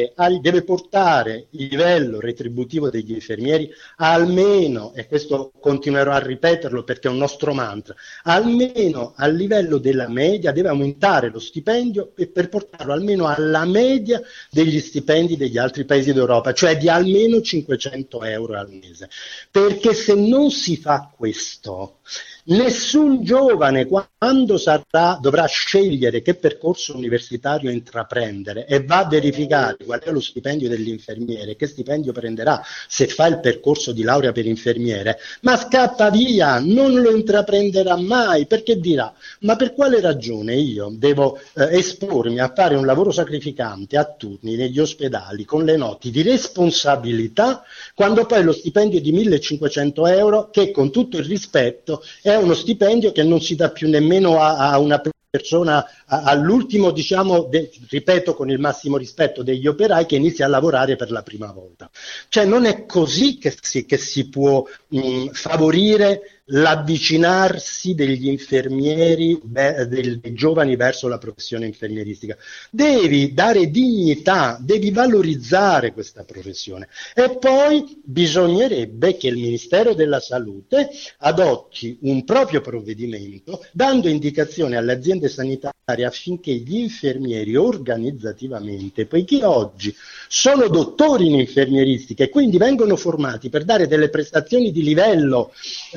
portare il livello retributivo degli infermieri almeno, e questo continuerò a ripeterlo perché è un nostro mantra, almeno al livello della media, deve aumentare lo stipendio per portarlo almeno alla media degli stipendi degli altri paesi d'Europa, cioè di almeno 500 euro al mese, perché se non si fa questo, nessun giovane quando dovrà scegliere che percorso universitario intraprendere e va a verificare qual è lo stipendio dell'infermiere, che stipendio prenderà se fa il percorso di laurea per infermiere, ma scappa via, non lo intraprenderà mai, perché dirà: ma per quale ragione io devo espormi a fare un lavoro sacrificante a turni negli ospedali con le notti di responsabilità quando poi lo stipendio è di 1.500 euro, che con tutto il rispetto è uno stipendio che non si dà più nemmeno a una persona all'ultimo, diciamo, ripeto con il massimo rispetto, degli operai che inizia a lavorare per la prima volta. Cioè non è così che si può favorire l'avvicinarsi degli infermieri, dei giovani verso la professione infermieristica. Devi dare dignità, devi valorizzare questa professione e poi bisognerebbe che il Ministero della Salute adotti un proprio provvedimento dando indicazione alle aziende sanitarie affinché gli infermieri organizzativamente, poiché oggi sono dottori in infermieristica e quindi vengono formati per dare delle prestazioni di livello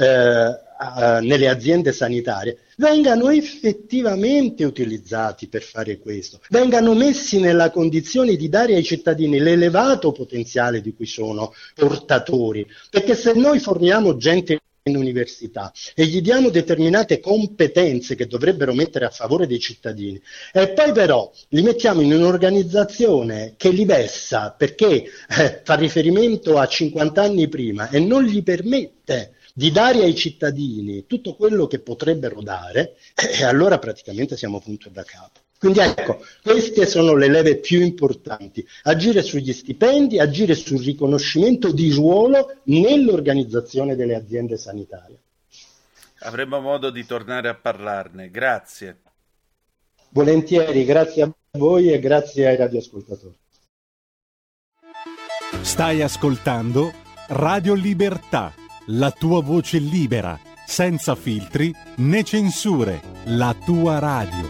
nelle aziende sanitarie, vengano effettivamente utilizzati per fare questo, vengano messi nella condizione di dare ai cittadini l'elevato potenziale di cui sono portatori, perché se noi formiamo gente in università e gli diamo determinate competenze che dovrebbero mettere a favore dei cittadini e poi però li mettiamo in un'organizzazione che li vessa perché fa riferimento a 50 anni prima e non gli permette di dare ai cittadini tutto quello che potrebbero dare, e allora praticamente siamo punto da capo. Quindi ecco, queste sono le leve più importanti: agire sugli stipendi, agire sul riconoscimento di ruolo nell'organizzazione delle aziende sanitarie. Avremo modo di tornare a parlarne, grazie. Volentieri, grazie a voi e grazie ai radioascoltatori. Stai ascoltando Radio Libertà, la tua voce libera, senza filtri né censure, la tua radio.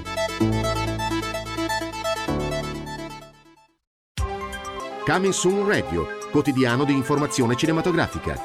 Coming Soon Radio, quotidiano di informazione cinematografica.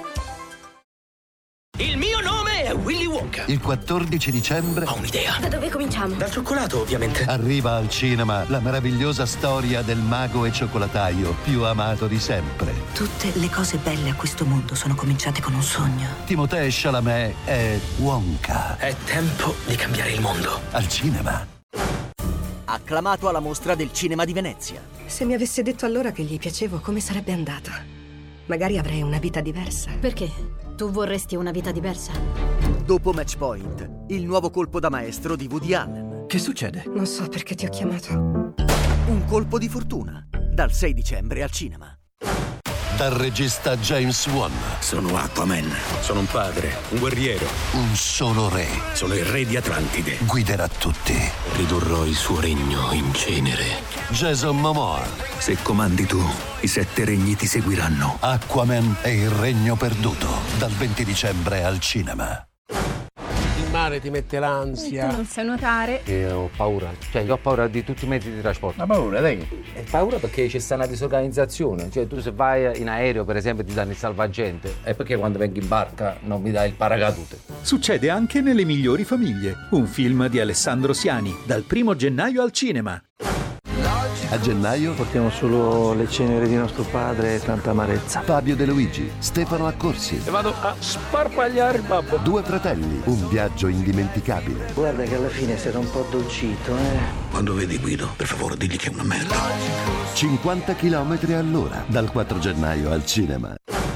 Il mio nome è Willy Wonka. Il 14 dicembre Ho un'idea. Da dove cominciamo? Dal cioccolato, ovviamente. arriva al cinema la meravigliosa storia del mago e cioccolataio più amato di sempre. Tutte le cose belle a questo mondo sono cominciate con un sogno. Timothée Chalamet è Wonka. È tempo di cambiare il mondo. Al cinema. Acclamato alla Mostra del Cinema di Venezia. Se mi avesse detto allora che gli piacevo, come sarebbe andata? Magari avrei una vita diversa. Perché? Tu vorresti una vita diversa? Dopo Match Point, il nuovo colpo da maestro di Woody Allen. Che succede? Non so perché ti ho chiamato. Un colpo di fortuna. Dal 6 dicembre al cinema. Dal regista James Wan. Sono Aquaman. Sono un padre, un guerriero. Un solo re. Sono il re di Atlantide. Guiderà tutti. Ridurrò il suo regno in cenere. Jason Momoa. Se comandi tu, i 7 regni ti seguiranno. Aquaman e il regno perduto. Dal 20 dicembre al cinema. Il mare ti mette l'ansia. Tu non sai nuotare. Ho paura, io ho paura di tutti i mezzi di trasporto. Ma paura, dai. È paura perché c'è sta una disorganizzazione. Cioè tu se vai in aereo, per esempio, ti danno il salvagente. E perché quando vengo in barca non mi dai il paracadute? Succede anche nelle migliori famiglie. Un film di Alessandro Siani, dal 1 gennaio al cinema. A gennaio portiamo solo le ceneri di nostro padre e tanta amarezza. Fabio De Luigi, Stefano Accorsi. E vado a sparpagliare il babbo. 2 fratelli, un viaggio indimenticabile. Guarda che alla fine sei un po' dolcito, Quando vedi Guido, per favore digli che è una merda. 50 km all'ora, dal 4 gennaio al cinema.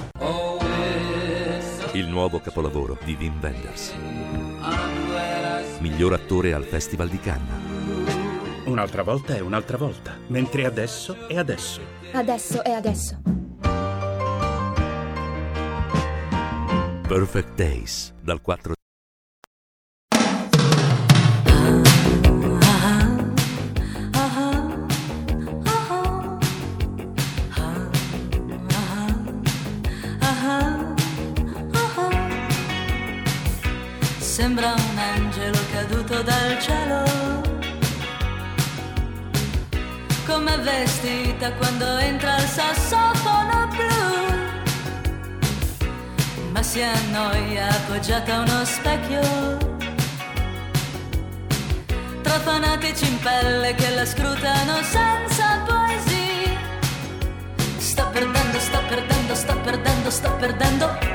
Il nuovo capolavoro di Wim Wenders. Miglior attore al Festival di Cannes. Un'altra volta è un'altra volta, mentre adesso è adesso. Adesso è adesso. Perfect Days, dal 4. Sembra un angelo caduto dal cielo, come vestita quando entra il sassofono blu, ma si annoia appoggiata a uno specchio, tra fanatici in pelle che la scrutano senza poesia. Sto perdendo, sto perdendo, sto perdendo, sto perdendo.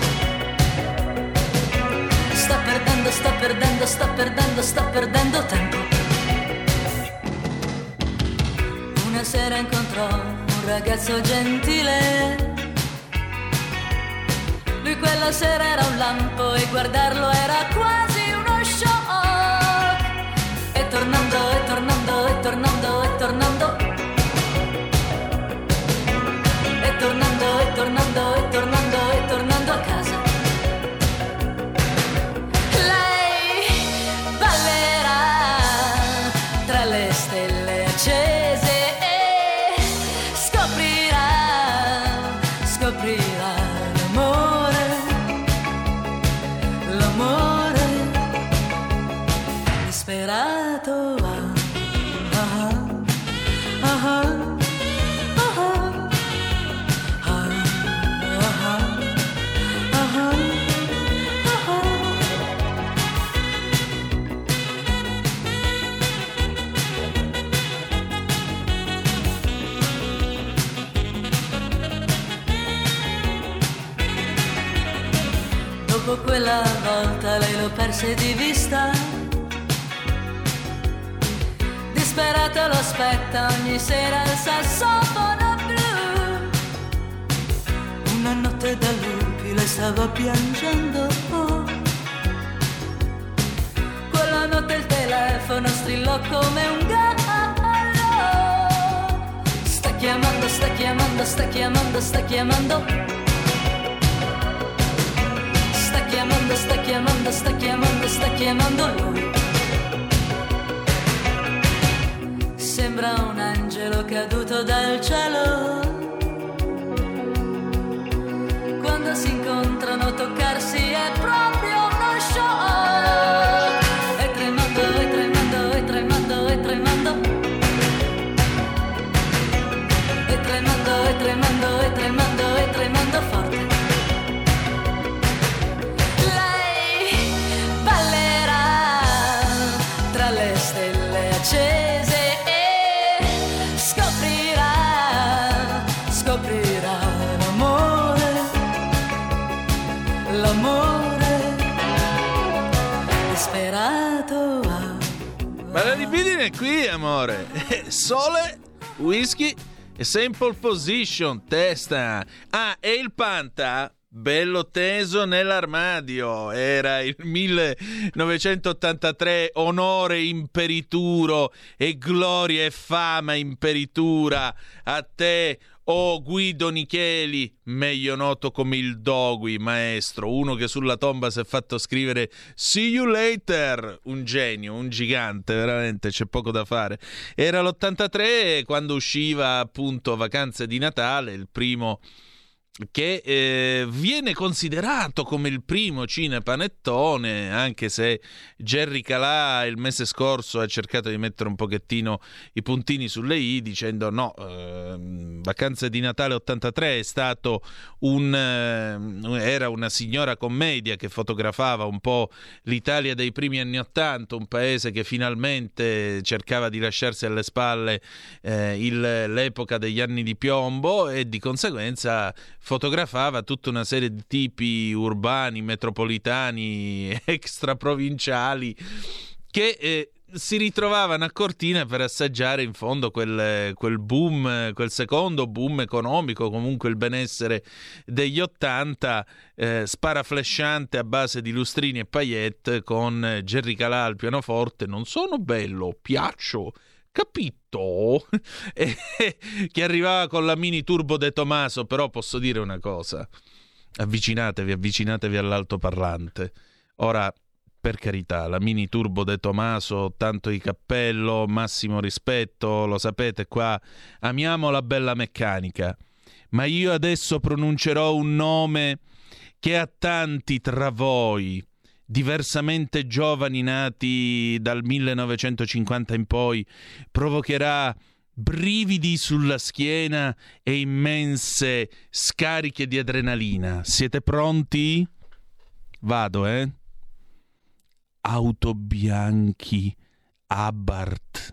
Sto perdendo, sto perdendo, sto perdendo, sto perdendo tempo. Una sera incontrò un ragazzo gentile. Lui quella sera era un lampo e guardarlo era quasi uno shock. E tornando, e tornando, e tornando, e tornando. E tornando, e tornando, e tornando, e tornando a casa. Quella volta lei lo perse di vista, disperato lo aspetta ogni sera il sassofono blu. Una notte da lupi lei stava piangendo, quella notte il telefono strillò come un gallo. Sta chiamando, sta chiamando, sta chiamando, sta chiamando. Sta chiamando, sta chiamando, sta chiamando, sta chiamando lui. Sembra un angelo caduto dal cielo. Quando si incontrano toccarsi è proprio uno shock. E tremando, e tremando, e tremando, e tremando. E tremando, e tremando, e tremando, e tremando forte. Ma la libidine è qui, amore. Sole, whisky e sample position, testa. Ah, e il Panta, bello teso nell'armadio. Era il 1983, onore imperituro e gloria e fama imperitura a te, o Guido Nicheli, meglio noto come il Dogui, maestro, uno che sulla tomba si è fatto scrivere "See you later", un genio, un gigante, veramente, c'è poco da fare. Era l'83 quando usciva appunto Vacanze di Natale, il primo che viene considerato come il primo cinepanettone, anche se Gerry Calà il mese scorso ha cercato di mettere un pochettino i puntini sulle i, dicendo no, Vacanze di Natale 83 è stato era una signora commedia che fotografava un po' l'Italia dei primi anni 80, un paese che finalmente cercava di lasciarsi alle spalle l'epoca degli anni di piombo, e di conseguenza fotografava tutta una serie di tipi urbani, metropolitani, extraprovinciali che si ritrovavano a Cortina per assaggiare in fondo quel boom, quel secondo boom economico, comunque il benessere degli 80, sparaflesciante a base di lustrini e paillette, con Gerry Calà al pianoforte. Non sono bello, piaccio, capito? Che arrivava con la mini turbo De Tomaso. Però posso dire una cosa: avvicinatevi all'altoparlante. Ora, per carità, la mini turbo De Tomaso, tanto di cappello, massimo rispetto, lo sapete, qua amiamo la bella meccanica, ma io adesso pronuncerò un nome che a tanti tra voi, diversamente giovani nati dal 1950 in poi, provocherà brividi sulla schiena e immense scariche di adrenalina. Siete pronti? Vado, Autobianchi Abarth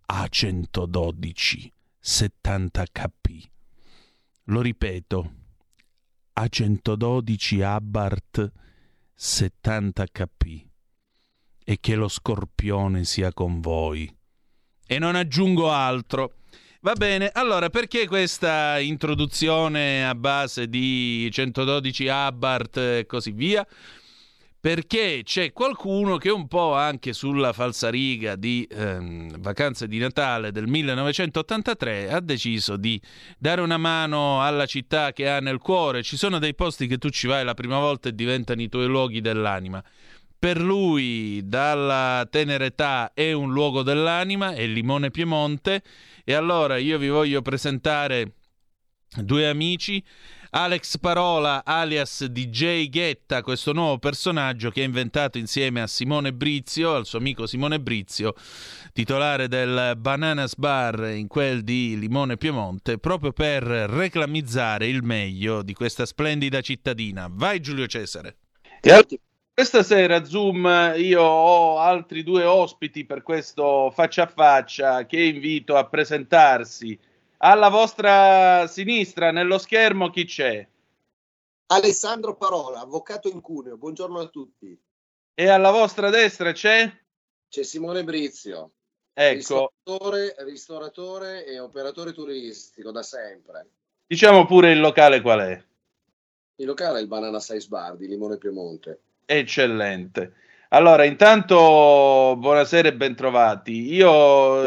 A112 70 kp. Lo ripeto, A112 Abarth 70 kp. E che lo scorpione sia con voi. E non aggiungo altro. Va bene, allora perché questa introduzione a base di 112 Abarth e così via? Perché c'è qualcuno che un po' anche sulla falsariga di Vacanze di Natale del 1983 ha deciso di dare una mano alla città che ha nel cuore. Ci sono dei posti che tu ci vai la prima volta e diventano i tuoi luoghi dell'anima. Per lui, dalla tenera età, è un luogo dell'anima, è Limone Piemonte. E allora io vi voglio presentare due amici. Alex Parola, alias DJ Ghetta, questo nuovo personaggio che ha inventato insieme a Simone Brizio, al suo amico Simone Brizio, titolare del Bananas Bar in quel di Limone Piemonte, proprio per reclamizzare il meglio di questa splendida cittadina. Vai Giulio Cesare. Questa sera Zoom io ho altri due ospiti per questo faccia a faccia che invito a presentarsi. Alla vostra sinistra, nello schermo, chi c'è? Alessandro Parola, avvocato in Cuneo. Buongiorno a tutti. E alla vostra destra c'è? C'è Simone Brizio. Ecco. Ristoratore e operatore turistico da sempre. Diciamo pure il locale qual è? Il locale è il Banana Size Bar di Limone Piemonte. Eccellente. Allora, intanto, buonasera e bentrovati. Io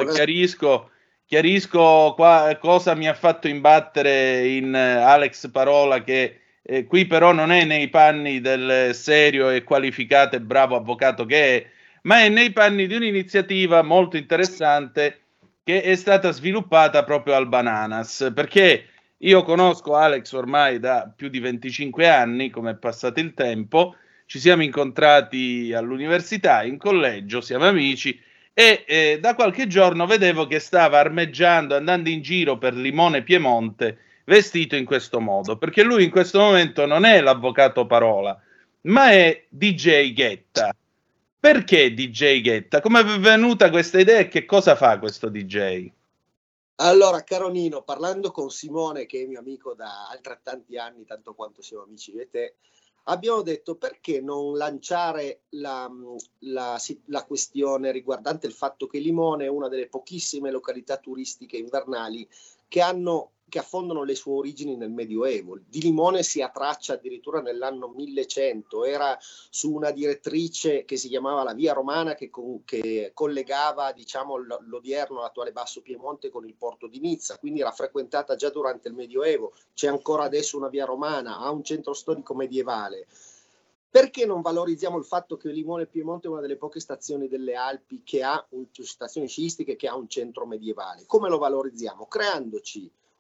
chiarisco qua cosa mi ha fatto imbattere in Alex Parola, che qui però non è nei panni del serio e qualificato e bravo avvocato che è, ma è nei panni di un'iniziativa molto interessante che è stata sviluppata proprio al Bananas, perché io conosco Alex ormai da più di 25 anni, come è passato il tempo, ci siamo incontrati all'università, in collegio, siamo amici. E da qualche giorno vedevo che stava armeggiando, andando in giro per Limone Piemonte, vestito in questo modo, perché lui in questo momento non è l'avvocato Parola, ma è DJ Ghetta. Perché DJ Ghetta? Come è venuta questa idea e che cosa fa questo DJ? Allora, caro Nino, parlando con Simone, che è mio amico da altrettanti anni, tanto quanto siamo amici io e te, abbiamo detto perché non lanciare la questione riguardante il fatto che Limone è una delle pochissime località turistiche invernali che affondano le sue origini nel Medioevo. Di Limone si ha traccia addirittura nell'anno 1100, era su una direttrice che si chiamava la Via Romana che collegava, diciamo, l'odierno, l'attuale Basso Piemonte con il porto di Nizza, quindi era frequentata già durante il Medioevo. C'è ancora adesso una Via Romana, ha un centro storico medievale. Perché non valorizziamo il fatto che Limone Piemonte è una delle poche stazioni delle Alpi che ha stazioni sciistiche che ha un centro medievale? Come lo valorizziamo? Creandoci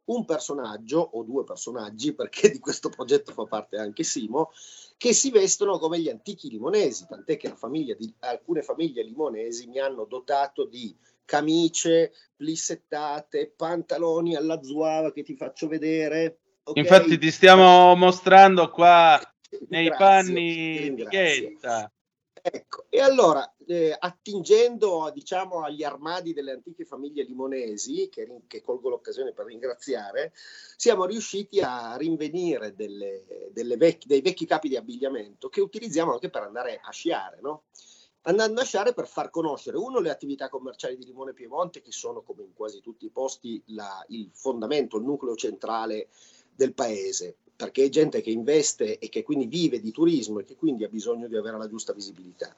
un personaggio o due personaggi, perché di questo progetto fa parte anche Simo, che si vestono come gli antichi limonesi, tant'è che alcune famiglie limonesi mi hanno dotato di camicie plissettate, pantaloni alla zuava che ti faccio vedere. Okay? Infatti ti stiamo mostrando qua nei panni di Ringrazio. Ghetta. Ecco, e allora attingendo diciamo agli armadi delle antiche famiglie limonesi, che colgo l'occasione per ringraziare, siamo riusciti a rinvenire dei vecchi capi di abbigliamento che utilizziamo anche per andare a sciare, no? Andando a sciare per far conoscere le attività commerciali di Limone Piemonte, che sono, come in quasi tutti i posti, il fondamento, il nucleo centrale del paese, perché è gente che investe e che quindi vive di turismo e che quindi ha bisogno di avere la giusta visibilità.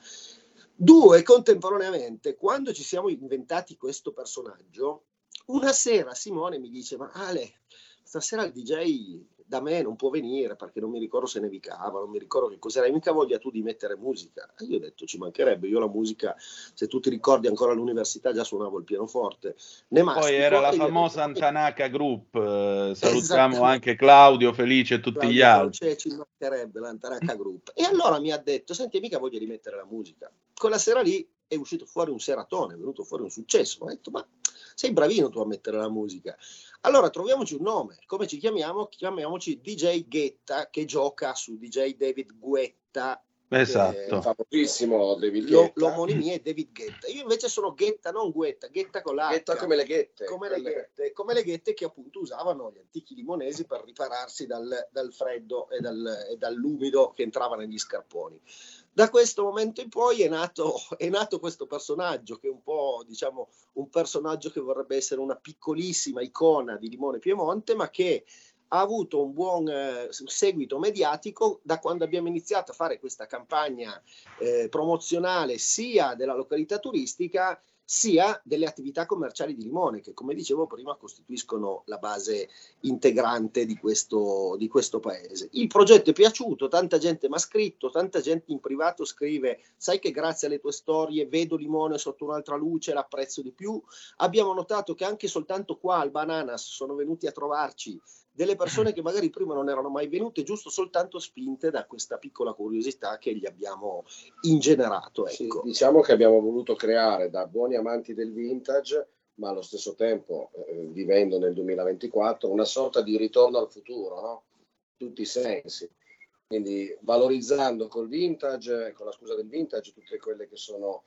2, contemporaneamente, quando ci siamo inventati questo personaggio, una sera Simone mi dice: ma Ale, stasera il DJ da me non può venire perché non mi ricordo se nevicava, non mi ricordo che cos'era, mica voglia tu di mettere musica. E io ho detto: ci mancherebbe, io la musica, se tu ti ricordi ancora all'università già suonavo il pianoforte. Poi era la famosa Antanaka Group, salutiamo anche Claudio, Felice e tutti gli altri. Ci mancherebbe l'Antanaka Group. E allora mi ha detto: senti, mica voglia di mettere la musica. Quella sera lì è uscito fuori un seratone, è venuto fuori un successo. Ho detto: ma sei bravino tu a mettere la musica. Allora troviamoci un nome. Come ci chiamiamo? Chiamiamoci DJ Ghetta, che gioca su DJ David Guetta. Esatto. Famosissimo David Guetta. L'omonimia è David Guetta. Io invece sono Ghetta, non Guetta, Ghetta con l'H. Ghetta come le ghette. Come le ghette che appunto usavano gli antichi limonesi per ripararsi dal freddo e dall'umido che entrava negli scarponi. Da questo momento in poi è nato questo personaggio, che è un po', diciamo, un personaggio che vorrebbe essere una piccolissima icona di Limone Piemonte, ma che ha avuto un buon seguito mediatico da quando abbiamo iniziato a fare questa campagna promozionale sia della località turistica sia delle attività commerciali di Limone, che, come dicevo prima, costituiscono la base integrante di questo paese. Il progetto è piaciuto, tanta gente mi ha scritto, tanta gente in privato scrive: sai che grazie alle tue storie vedo Limone sotto un'altra luce, l'apprezzo di più. Abbiamo notato che anche soltanto qua al Bananas sono venuti a trovarci delle persone che magari prima non erano mai venute, giusto soltanto spinte da questa piccola curiosità che gli abbiamo ingenerato. Ecco. Sì, diciamo che abbiamo voluto creare, da buoni amanti del vintage, ma allo stesso tempo, vivendo nel 2024, una sorta di ritorno al futuro, no? Tutti i sensi. Quindi valorizzando col vintage, con la scusa del vintage, tutte quelle che sono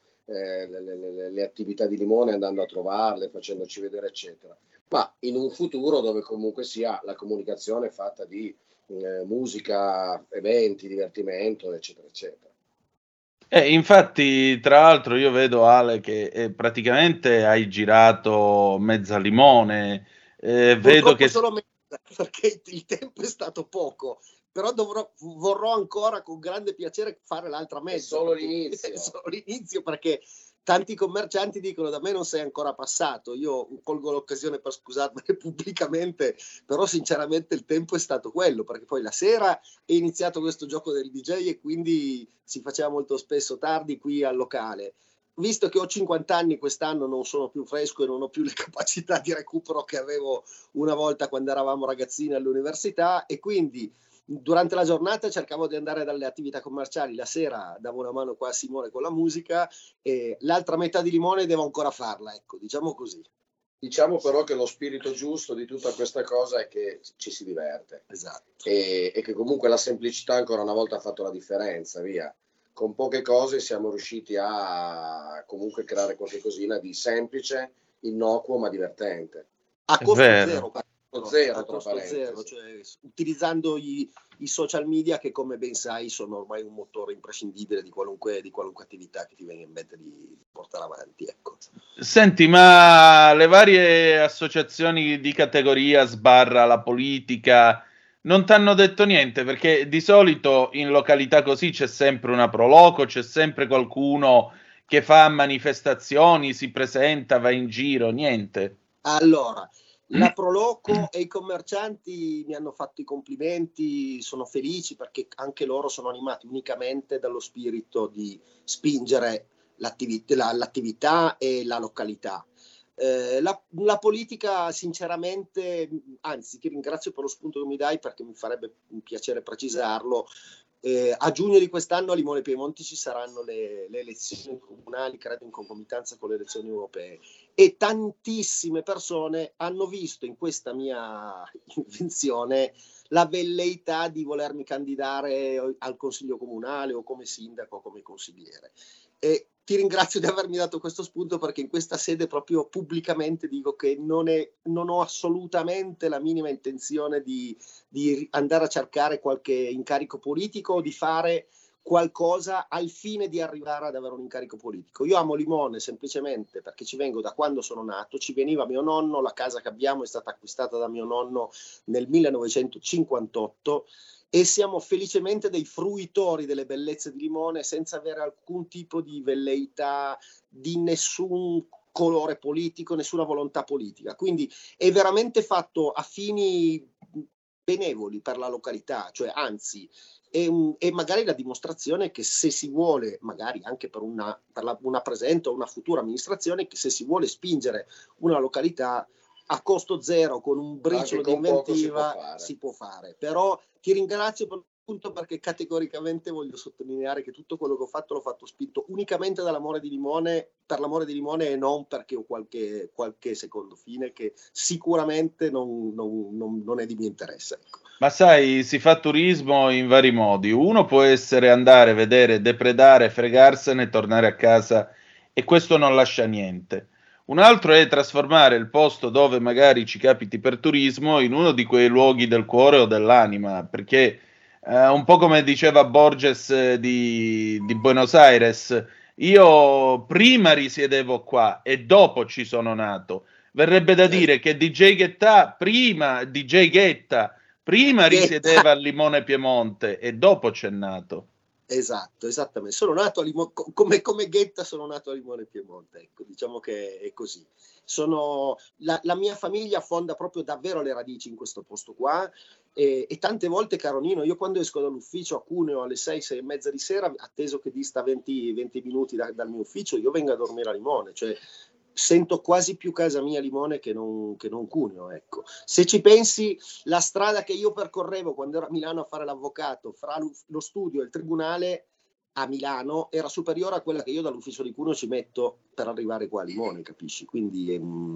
le attività di Limone, andando a trovarle, facendoci vedere, eccetera. Ma in un futuro dove comunque sia la comunicazione fatta di musica, eventi, divertimento, eccetera, eccetera. Infatti, tra l'altro, io vedo, Ale, che praticamente hai girato mezza Limone. Vedo che solo mezza, perché il tempo è stato poco, però vorrò ancora con grande piacere fare l'altra mezza. È solo l'inizio. È solo l'inizio, perché tanti commercianti dicono: da me non sei ancora passato. Io colgo l'occasione per scusarmene pubblicamente, però sinceramente il tempo è stato quello, perché poi la sera è iniziato questo gioco del DJ e quindi si faceva molto spesso tardi qui al locale. Visto che ho 50 anni quest'anno, non sono più fresco e non ho più le capacità di recupero che avevo una volta quando eravamo ragazzini all'università, e quindi durante la giornata cercavo di andare dalle attività commerciali, la sera davo una mano qua a Simone con la musica, e l'altra metà di Limone devo ancora farla, ecco, diciamo così. Diciamo però che lo spirito giusto di tutta questa cosa è che ci si diverte. Esatto. E che comunque la semplicità ancora una volta ha fatto la differenza, via. Con poche cose siamo riusciti a comunque creare qualcosina di semplice, innocuo ma divertente. A costo zero. Cioè, utilizzando i social media, che come ben sai sono ormai un motore imprescindibile di qualunque attività che ti venga in mente di portare avanti, ecco. Senti, ma le varie associazioni di categoria / la politica non ti hanno detto niente? Perché di solito in località così c'è sempre una proloco, c'è sempre qualcuno che fa manifestazioni, si presenta, va in giro, niente. Allora, la Proloco e i commercianti mi hanno fatto i complimenti, sono felici perché anche loro sono animati unicamente dallo spirito di spingere l'attività e la località. La politica, sinceramente, anzi ti ringrazio per lo spunto che mi dai, perché mi farebbe un piacere precisarlo. A giugno di quest'anno a Limone Piemonte ci saranno le elezioni comunali, credo in concomitanza con le elezioni europee, e tantissime persone hanno visto in questa mia invenzione la velleità di volermi candidare al consiglio comunale o come sindaco o come consigliere. E ti ringrazio di avermi dato questo spunto, perché in questa sede proprio pubblicamente dico che non ho assolutamente la minima intenzione di andare a cercare qualche incarico politico o di fare qualcosa al fine di arrivare ad avere un incarico politico. Io amo Limone semplicemente perché ci vengo da quando sono nato, ci veniva mio nonno, la casa che abbiamo è stata acquistata da mio nonno nel 1958 e siamo felicemente dei fruitori delle bellezze di Limone senza avere alcun tipo di velleità di nessun colore politico, nessuna volontà politica. Quindi è veramente fatto a fini benevoli per la località, cioè anzi è magari la dimostrazione che se si vuole, magari anche per una presente o una futura amministrazione, che se si vuole spingere una località a costo zero con un briciolo di inventiva si può fare. Però ti ringrazio per il punto, perché categoricamente voglio sottolineare che tutto quello che ho fatto l'ho fatto spinto unicamente dall'amore di Limone, per l'amore di Limone, e non perché ho qualche secondo fine che sicuramente non è di mio interesse, ecco. Ma sai, si fa turismo in vari modi. Uno può essere andare, vedere, depredare, fregarsene e tornare a casa, e questo non lascia niente. Un altro è trasformare il posto dove magari ci capiti per turismo in uno di quei luoghi del cuore o dell'anima, perché un po' come diceva Borges di Buenos Aires, io prima risiedevo qua e dopo ci sono nato. Verrebbe da dire che DJ Guetta prima risiedeva a Limone Piemonte e dopo c'è nato. Esatto, esattamente. Sono nato a Limone, come Guetta sono nato a Limone Piemonte, ecco, diciamo che è così. La mia famiglia affonda proprio davvero le radici in questo posto qua, e tante volte, caro Nino, io quando esco dall'ufficio a Cuneo alle 6:30 di sera, atteso che dista 20 minuti dal mio ufficio, io vengo a dormire a Limone, cioè sento quasi più casa mia Limone che non Cuneo, ecco. Se ci pensi, la strada che io percorrevo quando ero a Milano a fare l'avvocato fra lo studio e il tribunale a Milano era superiore a quella che io dall'ufficio di Cuneo ci metto per arrivare qua a Limone, capisci? Quindi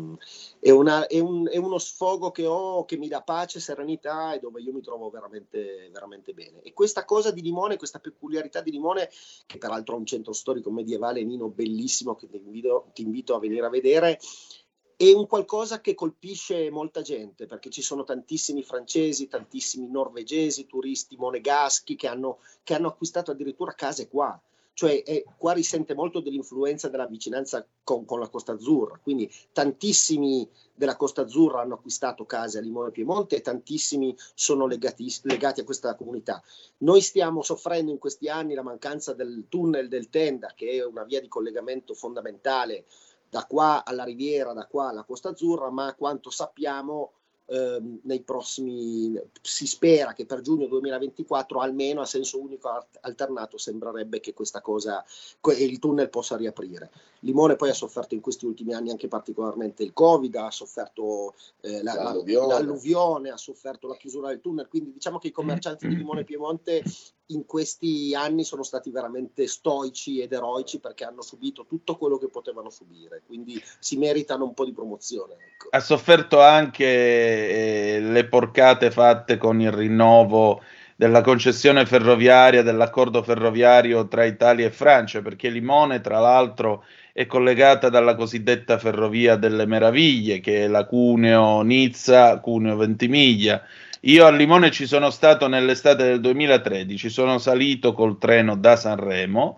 è uno sfogo che ho, che mi dà pace, serenità, e dove io mi trovo veramente, veramente bene. E questa cosa di Limone, questa peculiarità di Limone, che peraltro ha un centro storico medievale, Nino, bellissimo, che ti invito a venire a vedere, è un qualcosa che colpisce molta gente, perché ci sono tantissimi francesi, tantissimi norvegesi, turisti monegaschi che hanno acquistato addirittura case qua. Cioè qua risente molto dell'influenza della vicinanza con la Costa Azzurra, quindi tantissimi della Costa Azzurra hanno acquistato case a Limone Piemonte e tantissimi sono legati a questa comunità. Noi stiamo soffrendo in questi anni la mancanza del tunnel del Tenda, che è una via di collegamento fondamentale da qua alla Riviera, da qua alla Costa Azzurra, ma a quanto sappiamo nei prossimi, si spera che per giugno 2024 almeno a senso unico alternato sembrerebbe che questa cosa, il tunnel possa riaprire. Limone poi ha sofferto in questi ultimi anni anche particolarmente il Covid, ha sofferto l'alluvione, ha sofferto la chiusura del tunnel, quindi diciamo che i commercianti di Limone Piemonte in questi anni sono stati veramente stoici ed eroici, perché hanno subito tutto quello che potevano subire, quindi si meritano un po' di promozione, ecco. Ha sofferto anche le porcate fatte con il rinnovo della concessione ferroviaria, dell'accordo ferroviario tra Italia e Francia, perché Limone tra l'altro è collegata dalla cosiddetta ferrovia delle meraviglie, che è la Cuneo-Nizza, Cuneo-Ventimiglia. Io a Limone ci sono stato nell'estate del 2013, sono salito col treno da Sanremo,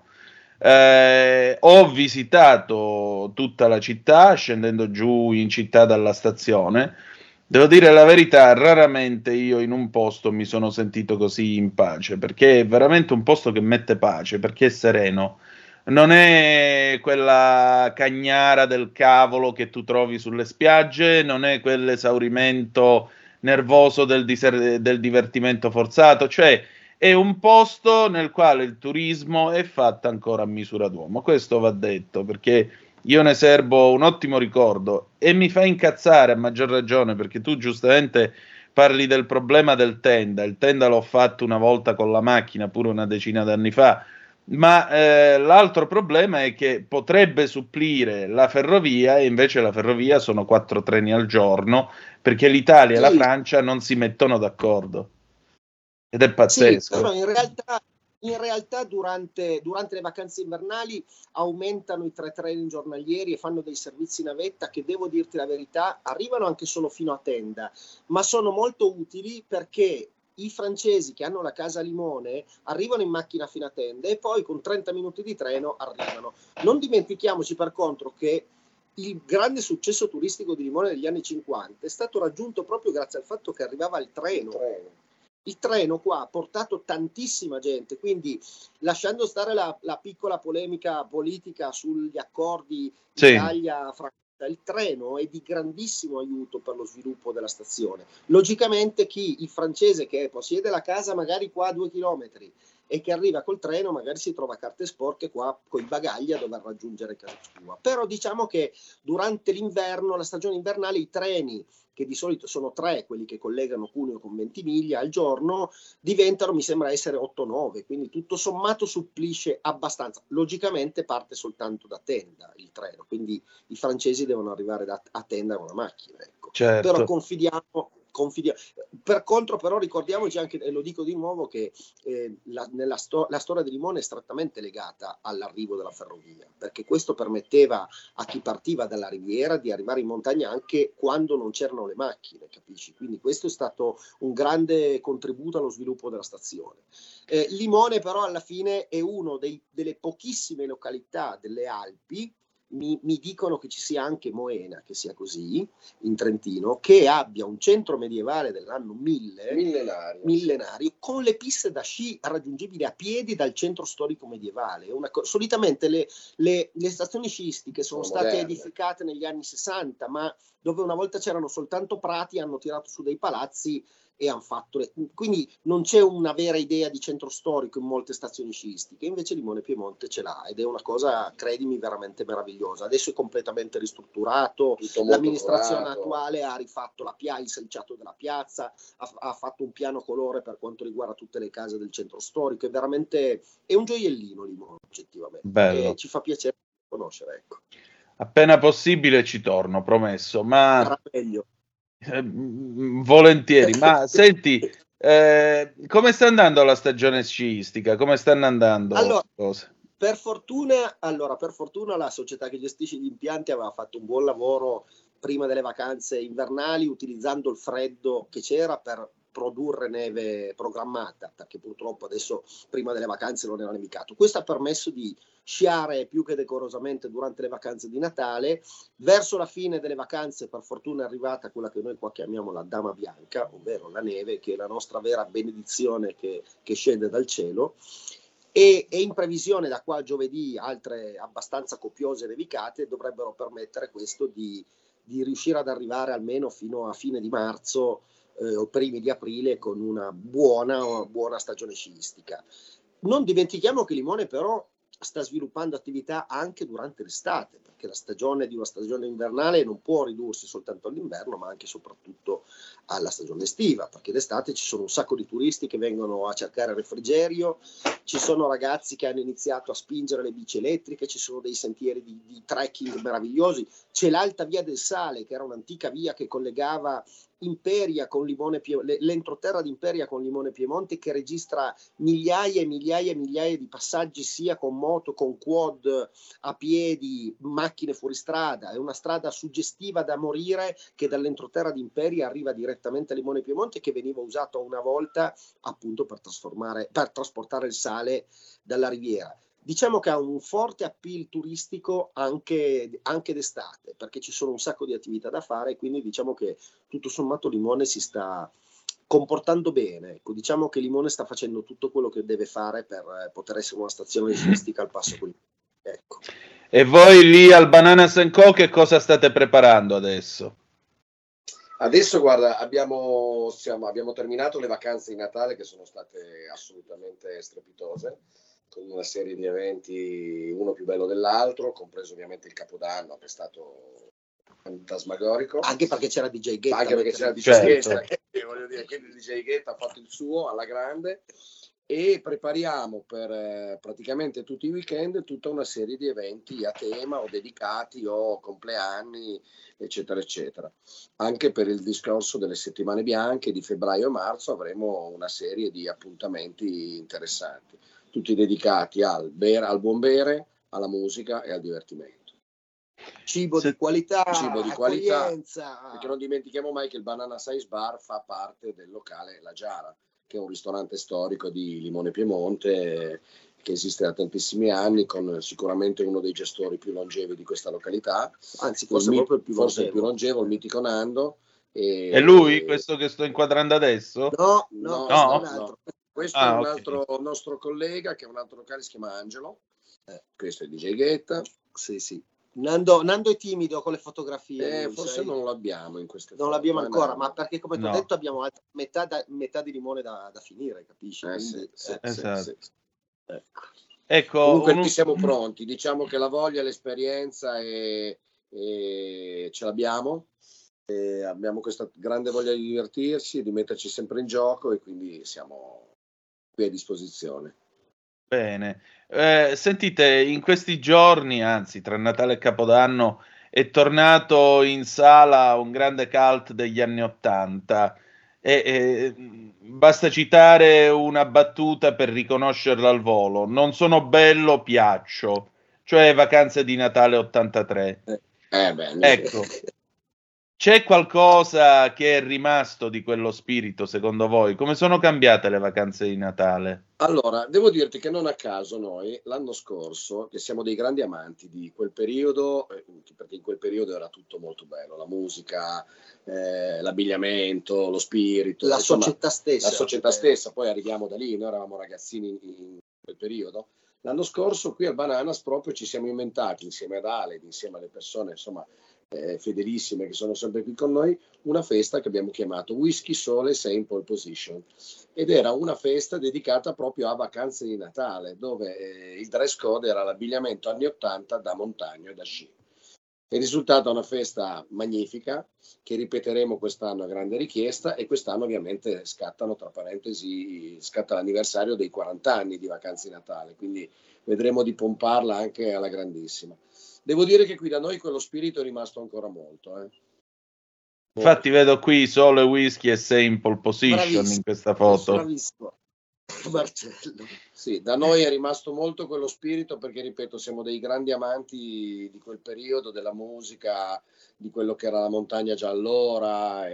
ho visitato tutta la città scendendo giù in città dalla stazione. Devo dire la verità, raramente io in un posto mi sono sentito così in pace, perché è veramente un posto che mette pace, perché è sereno. Non è quella cagnara del cavolo che tu trovi sulle spiagge, non è quell'esaurimento nervoso del divertimento forzato, cioè è un posto nel quale il turismo è fatto ancora a misura d'uomo. Questo va detto, perché io ne serbo un ottimo ricordo e mi fa incazzare a maggior ragione perché tu giustamente parli del problema del tenda. Il tenda l'ho fatto una volta con la macchina, pure una decina d'anni fa, ma l'altro problema è che potrebbe supplire la ferrovia e invece la ferrovia sono 4 treni al giorno perché l'Italia e la Francia non si mettono d'accordo. Ed è pazzesco. Sì, però in realtà durante le vacanze invernali aumentano i 3 treni giornalieri e fanno dei servizi navetta che, devo dirti la verità, arrivano anche solo fino a Tenda, ma sono molto utili perché i francesi che hanno la casa a Limone arrivano in macchina fino a Tenda e poi con 30 minuti di treno arrivano. Non dimentichiamoci per contro che il grande successo turistico di Limone negli anni 50 è stato raggiunto proprio grazie al fatto che arrivava il treno. Il treno qua ha portato tantissima gente, quindi lasciando stare la piccola polemica politica sugli accordi Italia-Francia, il treno è di grandissimo aiuto per lo sviluppo della stazione. Logicamente il francese che possiede la casa magari qua a 2 chilometri e che arriva col treno magari si trova carte sporche qua con i bagagli a dover raggiungere casa sua. Però diciamo che durante l'inverno, la stagione invernale, i treni, che di solito sono 3 quelli che collegano Cuneo con Ventimiglia al giorno, diventano, mi sembra essere 8-9, quindi tutto sommato supplisce abbastanza. Logicamente parte soltanto da Tenda il treno, quindi i francesi devono arrivare a Tenda con la macchina, ecco. Certo. Però confidiamo. Per contro però ricordiamoci anche, e lo dico di nuovo, che la storia di Limone è strettamente legata all'arrivo della ferrovia, perché questo permetteva a chi partiva dalla riviera di arrivare in montagna anche quando non c'erano le macchine, capisci? Quindi questo è stato un grande contributo allo sviluppo della stazione. Limone però alla fine è uno delle pochissime località delle Alpi. Mi dicono che ci sia anche Moena, che sia così, in Trentino, che abbia un centro medievale dell'anno 1000, millenario, con le piste da sci raggiungibili a piedi dal centro storico medievale. Solitamente le stazioni sciistiche sono state moderne, edificate negli anni 60, ma dove una volta c'erano soltanto prati, hanno tirato su dei palazzi e hanno fatto quindi non c'è una vera idea di centro storico in molte stazioni sciistiche. Invece Limone Piemonte ce l'ha ed è una cosa, credimi, veramente meravigliosa. Adesso è completamente ristrutturato, l'amministrazione attuale ha rifatto il selciato della piazza, ha fatto un piano colore per quanto riguarda tutte le case del centro storico. È veramente un gioiellino Limone, oggettivamente. Bello. E ci fa piacere conoscere, ecco. Appena possibile ci torno, promesso, ma sarà meglio. Volentieri. Ma senti, come sta andando la stagione sciistica? Come stanno andando le cose? Per fortuna la società che gestisce gli impianti aveva fatto un buon lavoro prima delle vacanze invernali, utilizzando il freddo che c'era per produrre neve programmata, perché purtroppo adesso prima delle vacanze non era nevicato. Questo ha permesso di sciare più che decorosamente durante le vacanze di Natale. Verso la fine delle vacanze, per fortuna, è arrivata quella che noi qua chiamiamo la Dama Bianca, ovvero la neve, che è la nostra vera benedizione che scende dal cielo. E in previsione da qua a giovedì altre abbastanza copiose nevicate dovrebbero permettere questo di riuscire ad arrivare almeno fino a fine di marzo o primi di aprile con una buona stagione sciistica. Non dimentichiamo che Limone però sta sviluppando attività anche durante l'estate, perché la stagione di una stagione invernale non può ridursi soltanto all'inverno, ma anche e soprattutto alla stagione estiva, perché d'estate ci sono un sacco di turisti che vengono a cercare refrigerio, ci sono ragazzi che hanno iniziato a spingere le bici elettriche, ci sono dei sentieri di trekking meravigliosi, c'è l'Alta Via del Sale, che era un'antica via che collegava Imperia con Limone l'entroterra di Imperia con Limone Piemonte, che registra migliaia e migliaia e migliaia di passaggi sia con moto, con quad, a piedi, macchine fuori strada. È una strada suggestiva da morire che dall'entroterra di Imperia arriva direttamente a Limone Piemonte, che veniva usato una volta appunto per trasportare il sale dalla riviera. Diciamo che ha un forte appeal turistico anche d'estate, perché ci sono un sacco di attività da fare, quindi diciamo che tutto sommato Limone si sta comportando bene. Ecco, diciamo che Limone sta facendo tutto quello che deve fare per poter essere una stazione sciistica al passo con ecco. E voi lì al Banana & Co che cosa state preparando adesso? Adesso guarda, abbiamo terminato le vacanze di Natale che sono state assolutamente strepitose. con una serie di eventi, uno più bello dell'altro, compreso ovviamente il Capodanno, che è stato fantasmagorico. Anche perché c'era DJ Guetta. Anche perché c'era DJ certo. Guetta, voglio dire che il DJ Guetta ha fatto il suo alla grande, e prepariamo per praticamente tutti i weekend tutta una serie di eventi a tema o dedicati o compleanni, eccetera eccetera. Anche per il discorso delle settimane bianche di febbraio e marzo avremo una serie di appuntamenti interessanti, tutti dedicati al buon bere, alla musica e al divertimento. Cibo di qualità, accoglienza. Perché non dimentichiamo mai che il Banana Size Bar fa parte del locale La Giara, che è un ristorante storico di Limone Piemonte, che esiste da tantissimi anni, con sicuramente uno dei gestori più longevi di questa località, anzi forse proprio il più longevo, il mitico Nando. È lui questo che sto inquadrando adesso? No. Questo è un altro nostro collega, che è un altro locale, si chiama Angelo. Questo è DJ Guetta. Sì. Nando è timido con le fotografie. Forse non l'abbiamo in queste Non l'abbiamo ancora, ma perché come ti ho detto abbiamo metà di limone da finire, capisci? Esatto. Ecco, comunque noi siamo pronti, diciamo che la voglia, l'esperienza ce l'abbiamo. Abbiamo questa grande voglia di divertirci, di metterci sempre in gioco, e quindi siamo qui a disposizione. Bene, sentite, in questi giorni, anzi tra Natale e Capodanno, è tornato in sala un grande cult degli anni '80 e basta citare una battuta per riconoscerla al volo: non sono bello, piaccio, cioè Vacanze di Natale 83. Ecco, c'è qualcosa che è rimasto di quello spirito secondo voi? Come sono cambiate le vacanze di Natale? Allora, devo dirti che non a caso noi l'anno scorso, che siamo dei grandi amanti di quel periodo, perché in quel periodo era tutto molto bello, la musica, l'abbigliamento, lo spirito, la società stessa. Poi arriviamo da lì, noi eravamo ragazzini in quel periodo. L'anno scorso qui al Bananas proprio ci siamo inventati, insieme ad Ale, insieme alle persone, insomma, fedelissime che sono sempre qui con noi, una festa che abbiamo chiamato Whisky, Sole, 6 in Pole Position, ed era una festa dedicata proprio a vacanze di Natale, dove il dress code era l'abbigliamento anni 80 da montagna e da sci. È risultata una festa magnifica che ripeteremo quest'anno a grande richiesta, e quest'anno ovviamente scatta l'anniversario dei 40 anni di vacanze di Natale, quindi vedremo di pomparla anche alla grandissima. Devo dire che qui da noi quello spirito è rimasto ancora molto. Infatti vedo qui solo whisky e 6 in pole position. Bravissimo. In questa foto. Bravissimo. Marcello. Sì, da noi è rimasto molto quello spirito, perché ripeto, siamo dei grandi amanti di quel periodo, della musica, di quello che era la montagna già allora,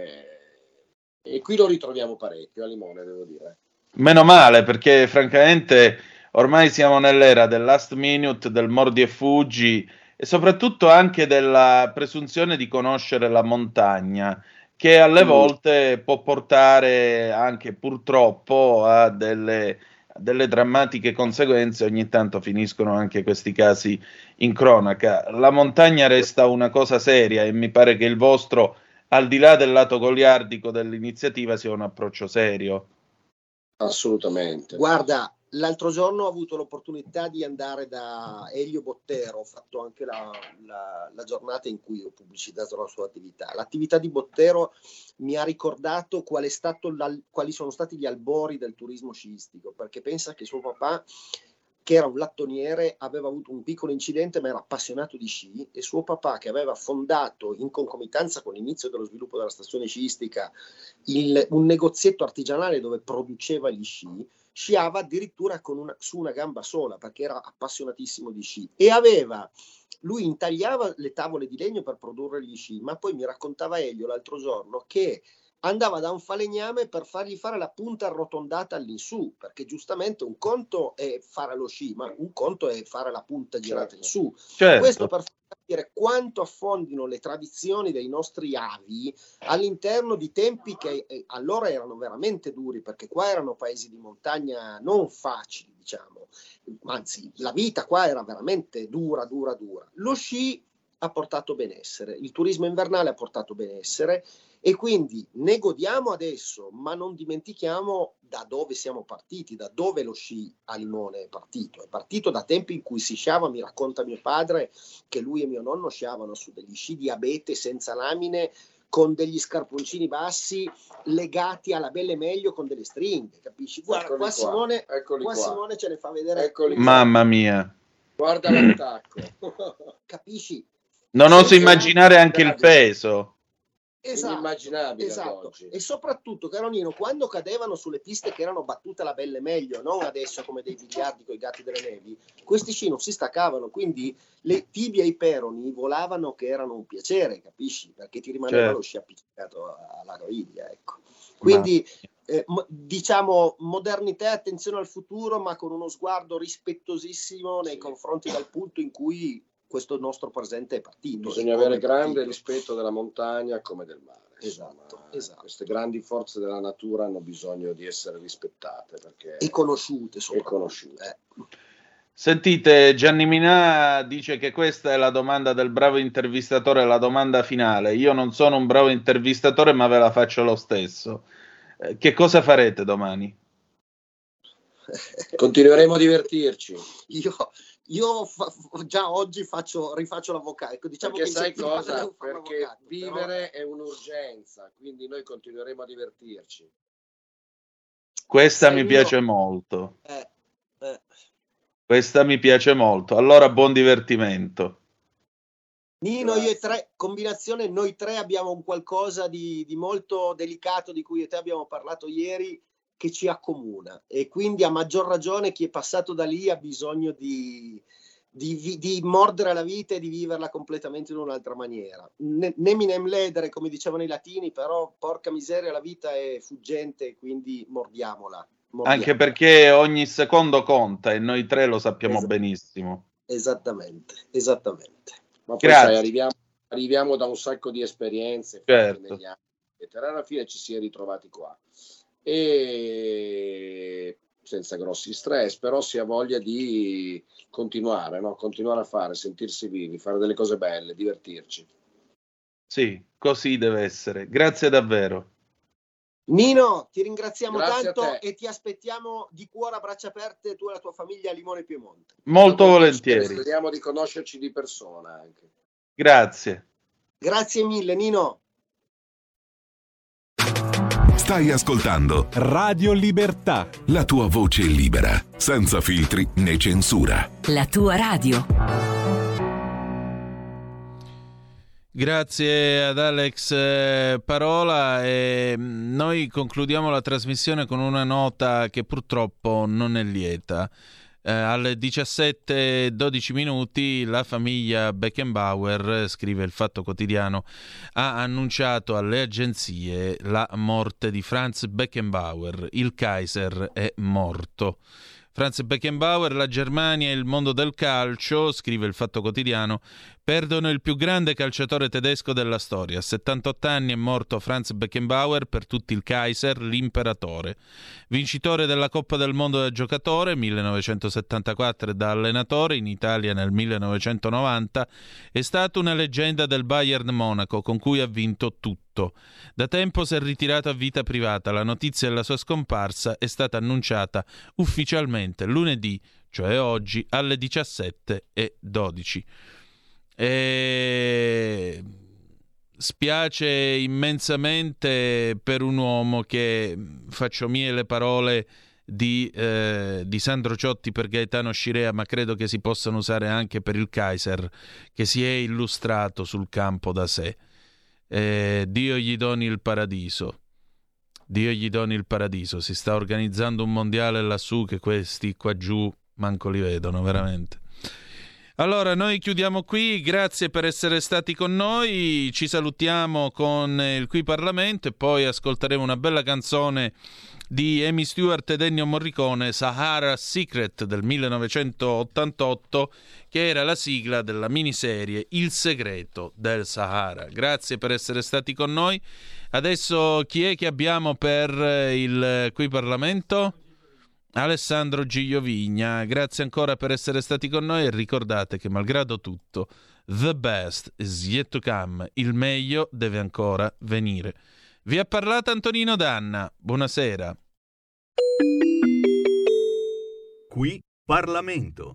e qui lo ritroviamo parecchio a Limone, devo dire. Meno male, perché francamente ormai siamo nell'era del last minute, del mordi e fuggi, e soprattutto anche della presunzione di conoscere la montagna, che alle volte può portare anche purtroppo a delle drammatiche conseguenze. Ogni tanto finiscono anche questi casi in cronaca. La montagna resta una cosa seria, e mi pare che il vostro, al di là del lato goliardico dell'iniziativa, sia un approccio serio. Assolutamente. Guarda, l'altro giorno ho avuto l'opportunità di andare da Elio Bottero, ho fatto anche la giornata in cui ho pubblicizzato la sua attività. L'attività di Bottero mi ha ricordato quali sono stati gli albori del turismo sciistico, perché pensa che suo papà, che era un lattoniere, aveva avuto un piccolo incidente, ma era appassionato di sci, e suo papà, che aveva fondato in concomitanza con l'inizio dello sviluppo della stazione sciistica un negozietto artigianale dove produceva gli sci, sciava addirittura su una gamba sola, perché era appassionatissimo di sci, e lui intagliava le tavole di legno per produrre gli sci, ma poi mi raccontava Elio l'altro giorno che andava da un falegname per fargli fare la punta arrotondata all'insù, perché giustamente un conto è fare lo sci, ma un conto è fare la punta girata in su. Certo. Questo per capire quanto affondino le tradizioni dei nostri avi all'interno di tempi che allora erano veramente duri, perché qua erano paesi di montagna non facili, diciamo, anzi la vita qua era veramente dura. Lo sci ha portato benessere, il turismo invernale ha portato benessere, e quindi ne godiamo adesso, ma non dimentichiamo da dove siamo partiti, da dove lo sci a Limone è partito. È partito da tempi in cui si sciava, mi racconta mio padre che lui e mio nonno sciavano su degli sci di abete senza lamine, con degli scarponcini bassi legati alla belle meglio con delle stringhe, capisci? Guarda, qua Simone ce ne fa vedere. Mamma mia. Guarda l'attacco. Capisci? Non oso immaginare anche il peso. Inimmaginabile. Esatto. E soprattutto, caro Nino, quando cadevano sulle piste che erano battute alla belle meglio, non adesso come dei biliardi con i gatti delle nevi, questi sci non si staccavano, quindi le tibie e i peroni volavano che erano un piacere, capisci? Perché ti rimaneva lo sci appiccicato alla caviglia, ecco. Quindi diciamo modernità e attenzione al futuro, ma con uno sguardo rispettosissimo nei confronti del punto in cui questo nostro presente è partito. Bisogna avere grande rispetto della montagna come del mare. Esatto. Queste grandi forze della natura hanno bisogno di essere rispettate e conosciute. Sentite, Gianni Minà dice che questa è la domanda del bravo intervistatore, la domanda finale. Io non sono un bravo intervistatore, ma ve la faccio lo stesso. Che cosa farete domani? Continueremo a divertirci. Io già oggi rifaccio l'avvocato. Ecco, diciamo perché che sai cosa? Perché vivere è un'urgenza, quindi noi continueremo a divertirci. Questa mi piace molto. Questa mi piace molto. Allora, buon divertimento. Nino, io e te, combinazione, noi tre abbiamo un qualcosa di molto delicato di cui io e te abbiamo parlato ieri, che ci accomuna, e quindi a maggior ragione chi è passato da lì ha bisogno di mordere la vita e di viverla completamente in un'altra maniera. Neminem ledere, come dicevano i latini, però porca miseria, la vita è fuggente, quindi mordiamola. Anche perché ogni secondo conta e noi tre lo sappiamo benissimo. Esattamente. Ma poi sai, arriviamo da un sacco di esperienze negli anni, e alla fine ci si è ritrovati qua. E senza grossi stress, però si ha voglia di continuare a fare, sentirsi vivi, fare delle cose belle, divertirci. Sì, così deve essere. Grazie davvero. Nino, ti ringraziamo tanto e ti aspettiamo di cuore a braccia aperte, tu e la tua famiglia a Limone Piemonte. Molto volentieri. Speriamo di conoscerci di persona anche. Grazie mille, Nino. Stai ascoltando Radio Libertà, la tua voce libera, senza filtri né censura. La tua radio. Grazie ad Alex Parola, e noi concludiamo la trasmissione con una nota che purtroppo non è lieta. Alle 17:12 la famiglia Beckenbauer, scrive il Fatto Quotidiano, ha annunciato alle agenzie la morte di Franz Beckenbauer. Il Kaiser è morto. Franz Beckenbauer, la Germania e il mondo del calcio, scrive il Fatto Quotidiano, perdono il più grande calciatore tedesco della storia. A 78 anni è morto Franz Beckenbauer, per tutti il Kaiser, l'imperatore. Vincitore della Coppa del Mondo da giocatore, 1974, e da allenatore, in Italia nel 1990, è stato una leggenda del Bayern Monaco, con cui ha vinto tutto. Da tempo si è ritirato a vita privata. La notizia della sua scomparsa è stata annunciata ufficialmente lunedì, cioè oggi, alle 17:12. Spiace immensamente per un uomo che, faccio mie le parole di Sandro Ciotti per Gaetano Scirea, ma credo che si possano usare anche per il Kaiser, che si è illustrato sul campo da sé. Dio gli doni il paradiso. Dio gli doni il paradiso. Si sta organizzando un mondiale lassù che questi qua giù manco li vedono, veramente. Allora, noi chiudiamo qui, grazie per essere stati con noi, ci salutiamo con il Qui Parlamento e poi ascolteremo una bella canzone di Amy Stewart ed Ennio Morricone, Sahara Secret del 1988, che era la sigla della miniserie Il segreto del Sahara. Grazie per essere stati con noi. Adesso chi è che abbiamo per il Qui Parlamento? Alessandro Gigliovigna. Grazie ancora per essere stati con noi e ricordate che malgrado tutto The best is yet to come. Il meglio deve ancora venire. Vi ha parlato Antonino Danna. Buonasera. Qui Parlamento.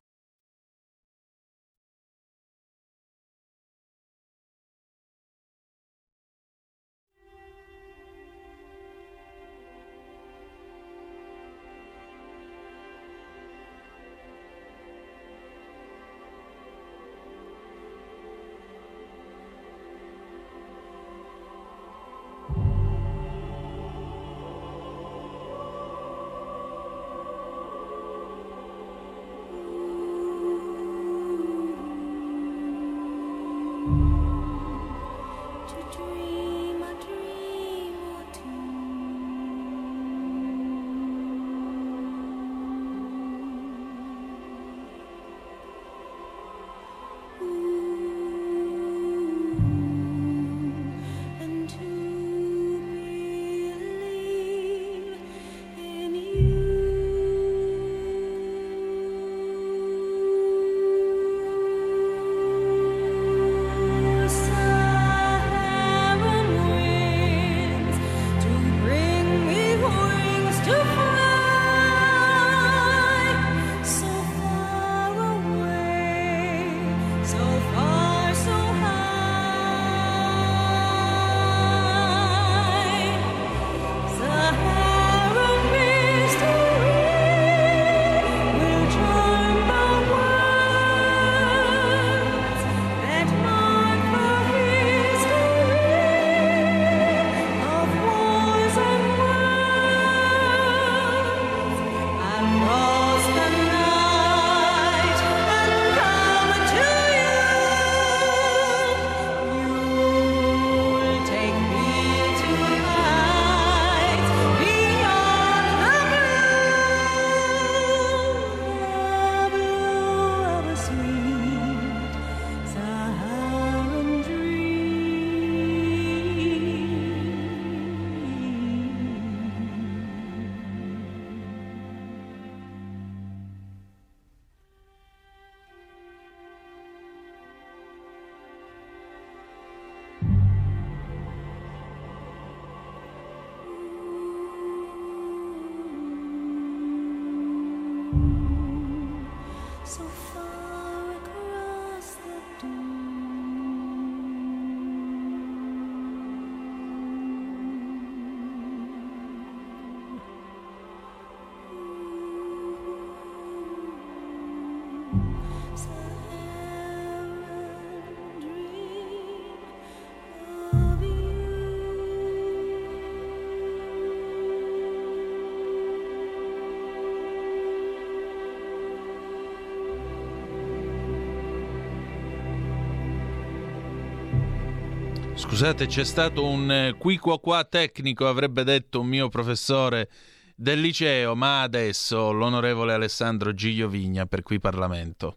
Scusate, c'è stato un qui qua tecnico, avrebbe detto un mio professore del liceo, ma adesso l'onorevole Alessandro Giglio Vigna per Qui Parlamento.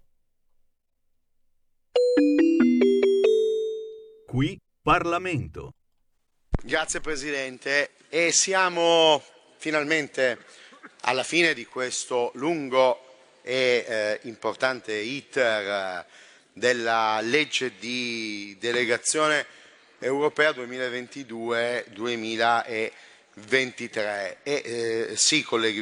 Qui Parlamento. Grazie Presidente, e siamo finalmente alla fine di questo lungo e importante iter della legge di delegazione europea 2022-2023 sì colleghi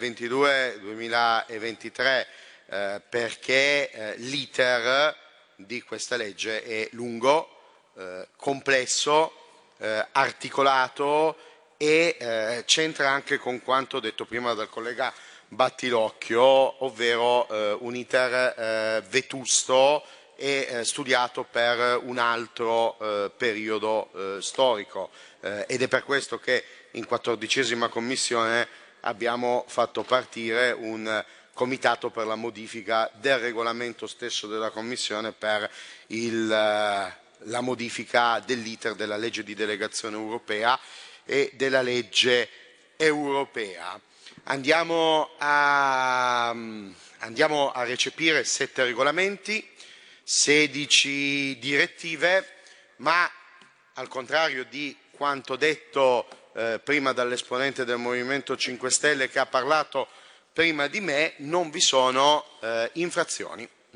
2022-2023 perché l'iter di questa legge è lungo, complesso, articolato e c'entra anche con quanto detto prima dal collega Battilocchio, ovvero un iter vetusto e studiato per un altro periodo storico ed è per questo che in 14ª Commissione abbiamo fatto partire un comitato per la modifica del regolamento stesso della Commissione per la modifica dell'iter della legge di delegazione europea e della legge europea. Andiamo a recepire 7 regolamenti, 16 direttive, ma al contrario di quanto detto prima dall'esponente del Movimento 5 Stelle che ha parlato prima di me, non vi sono infrazioni.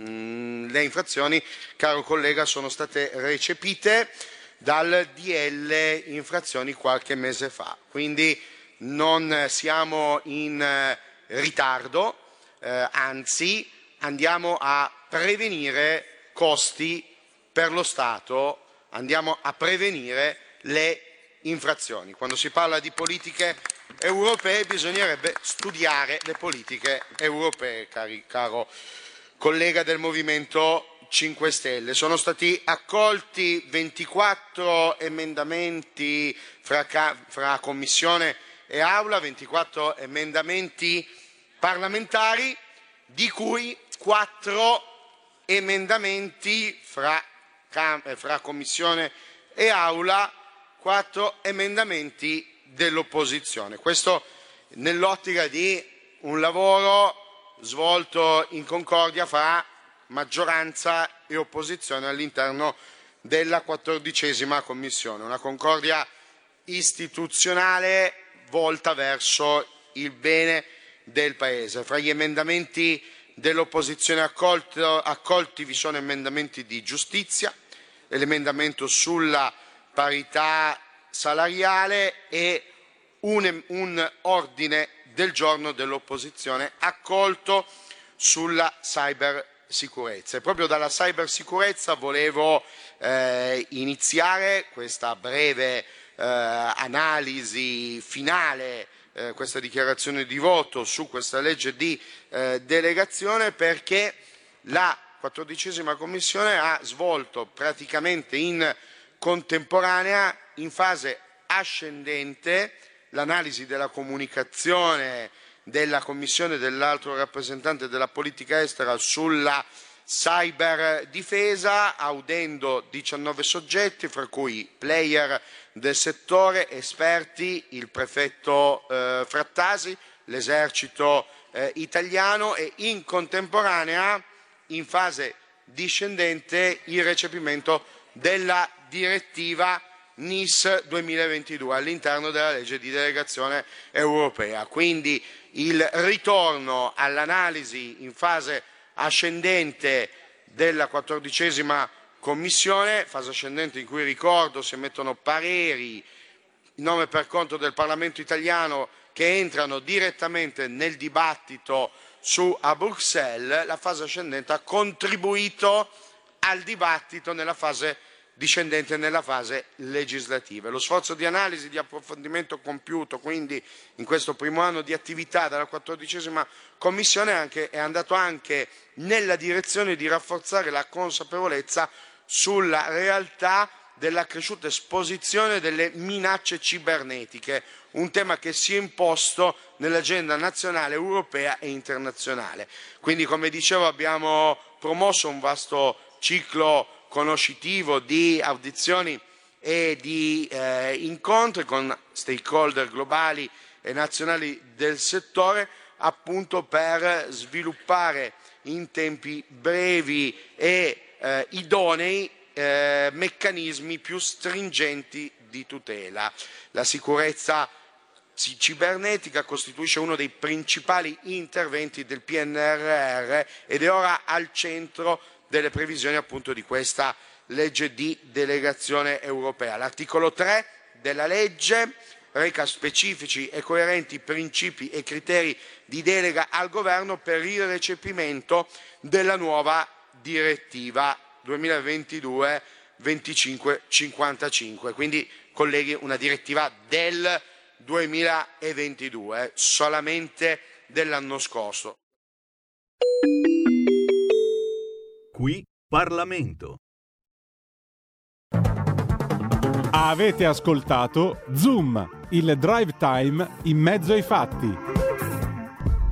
Le infrazioni, caro collega, sono state recepite dal DL infrazioni qualche mese fa, quindi non siamo in ritardo, anzi andiamo a prevenire costi per lo Stato, andiamo a prevenire le infrazioni. Quando si parla di politiche europee bisognerebbe studiare le politiche europee, caro collega del Movimento 5 Stelle. Sono stati accolti 24 emendamenti fra Commissione e Aula, 24 emendamenti parlamentari, di cui 4 emendamenti fra Commissione e Aula, 4 emendamenti dell'opposizione. Questo nell'ottica di un lavoro svolto in concordia fra maggioranza e opposizione all'interno della 14ª Commissione, una concordia istituzionale volta verso il bene del Paese. Fra gli emendamenti dell'opposizione accolti vi sono emendamenti di giustizia, l'emendamento sulla parità salariale e un ordine del giorno dell'opposizione accolto sulla cybersicurezza. E proprio dalla cybersicurezza volevo iniziare questa breve analisi finale, questa dichiarazione di voto su questa legge di delegazione, perché la 14ª Commissione ha svolto praticamente in contemporanea, in fase ascendente, l'analisi della comunicazione della Commissione dell'altro rappresentante della politica estera sulla cyberdifesa, audendo 19 soggetti, fra cui player del settore, esperti, il prefetto Frattasi, l'esercito italiano, e in contemporanea, in fase discendente, il recepimento della direttiva NIS 2022 all'interno della legge di delegazione europea. Quindi il ritorno all'analisi in fase ascendente della 14ª Commissione, fase ascendente in cui, ricordo, si emettono pareri in nome e per conto del Parlamento italiano che entrano direttamente nel dibattito a Bruxelles. La fase ascendente ha contribuito al dibattito nella fase discendente, nella fase legislativa. Lo sforzo di analisi, di approfondimento compiuto quindi in questo primo anno di attività dalla 14ª Commissione è andato anche nella direzione di rafforzare la consapevolezza sulla realtà della cresciuta esposizione delle minacce cibernetiche, un tema che si è imposto nell'agenda nazionale, europea e internazionale. Quindi, come dicevo, abbiamo promosso un vasto ciclo conoscitivo di audizioni e di incontri con stakeholder globali e nazionali del settore, appunto per sviluppare in tempi brevi e idonei meccanismi più stringenti di tutela. La sicurezza cibernetica costituisce uno dei principali interventi del PNRR ed è ora al centro delle previsioni appunto di questa legge di delegazione europea. L'articolo 3 della legge reca specifici e coerenti principi e criteri di delega al governo per il recepimento della nuova direttiva 2022-2555. Quindi, colleghi, una direttiva del 2022, solamente dell'anno scorso. Qui Parlamento. Avete ascoltato Zoom, il drive time in mezzo ai fatti.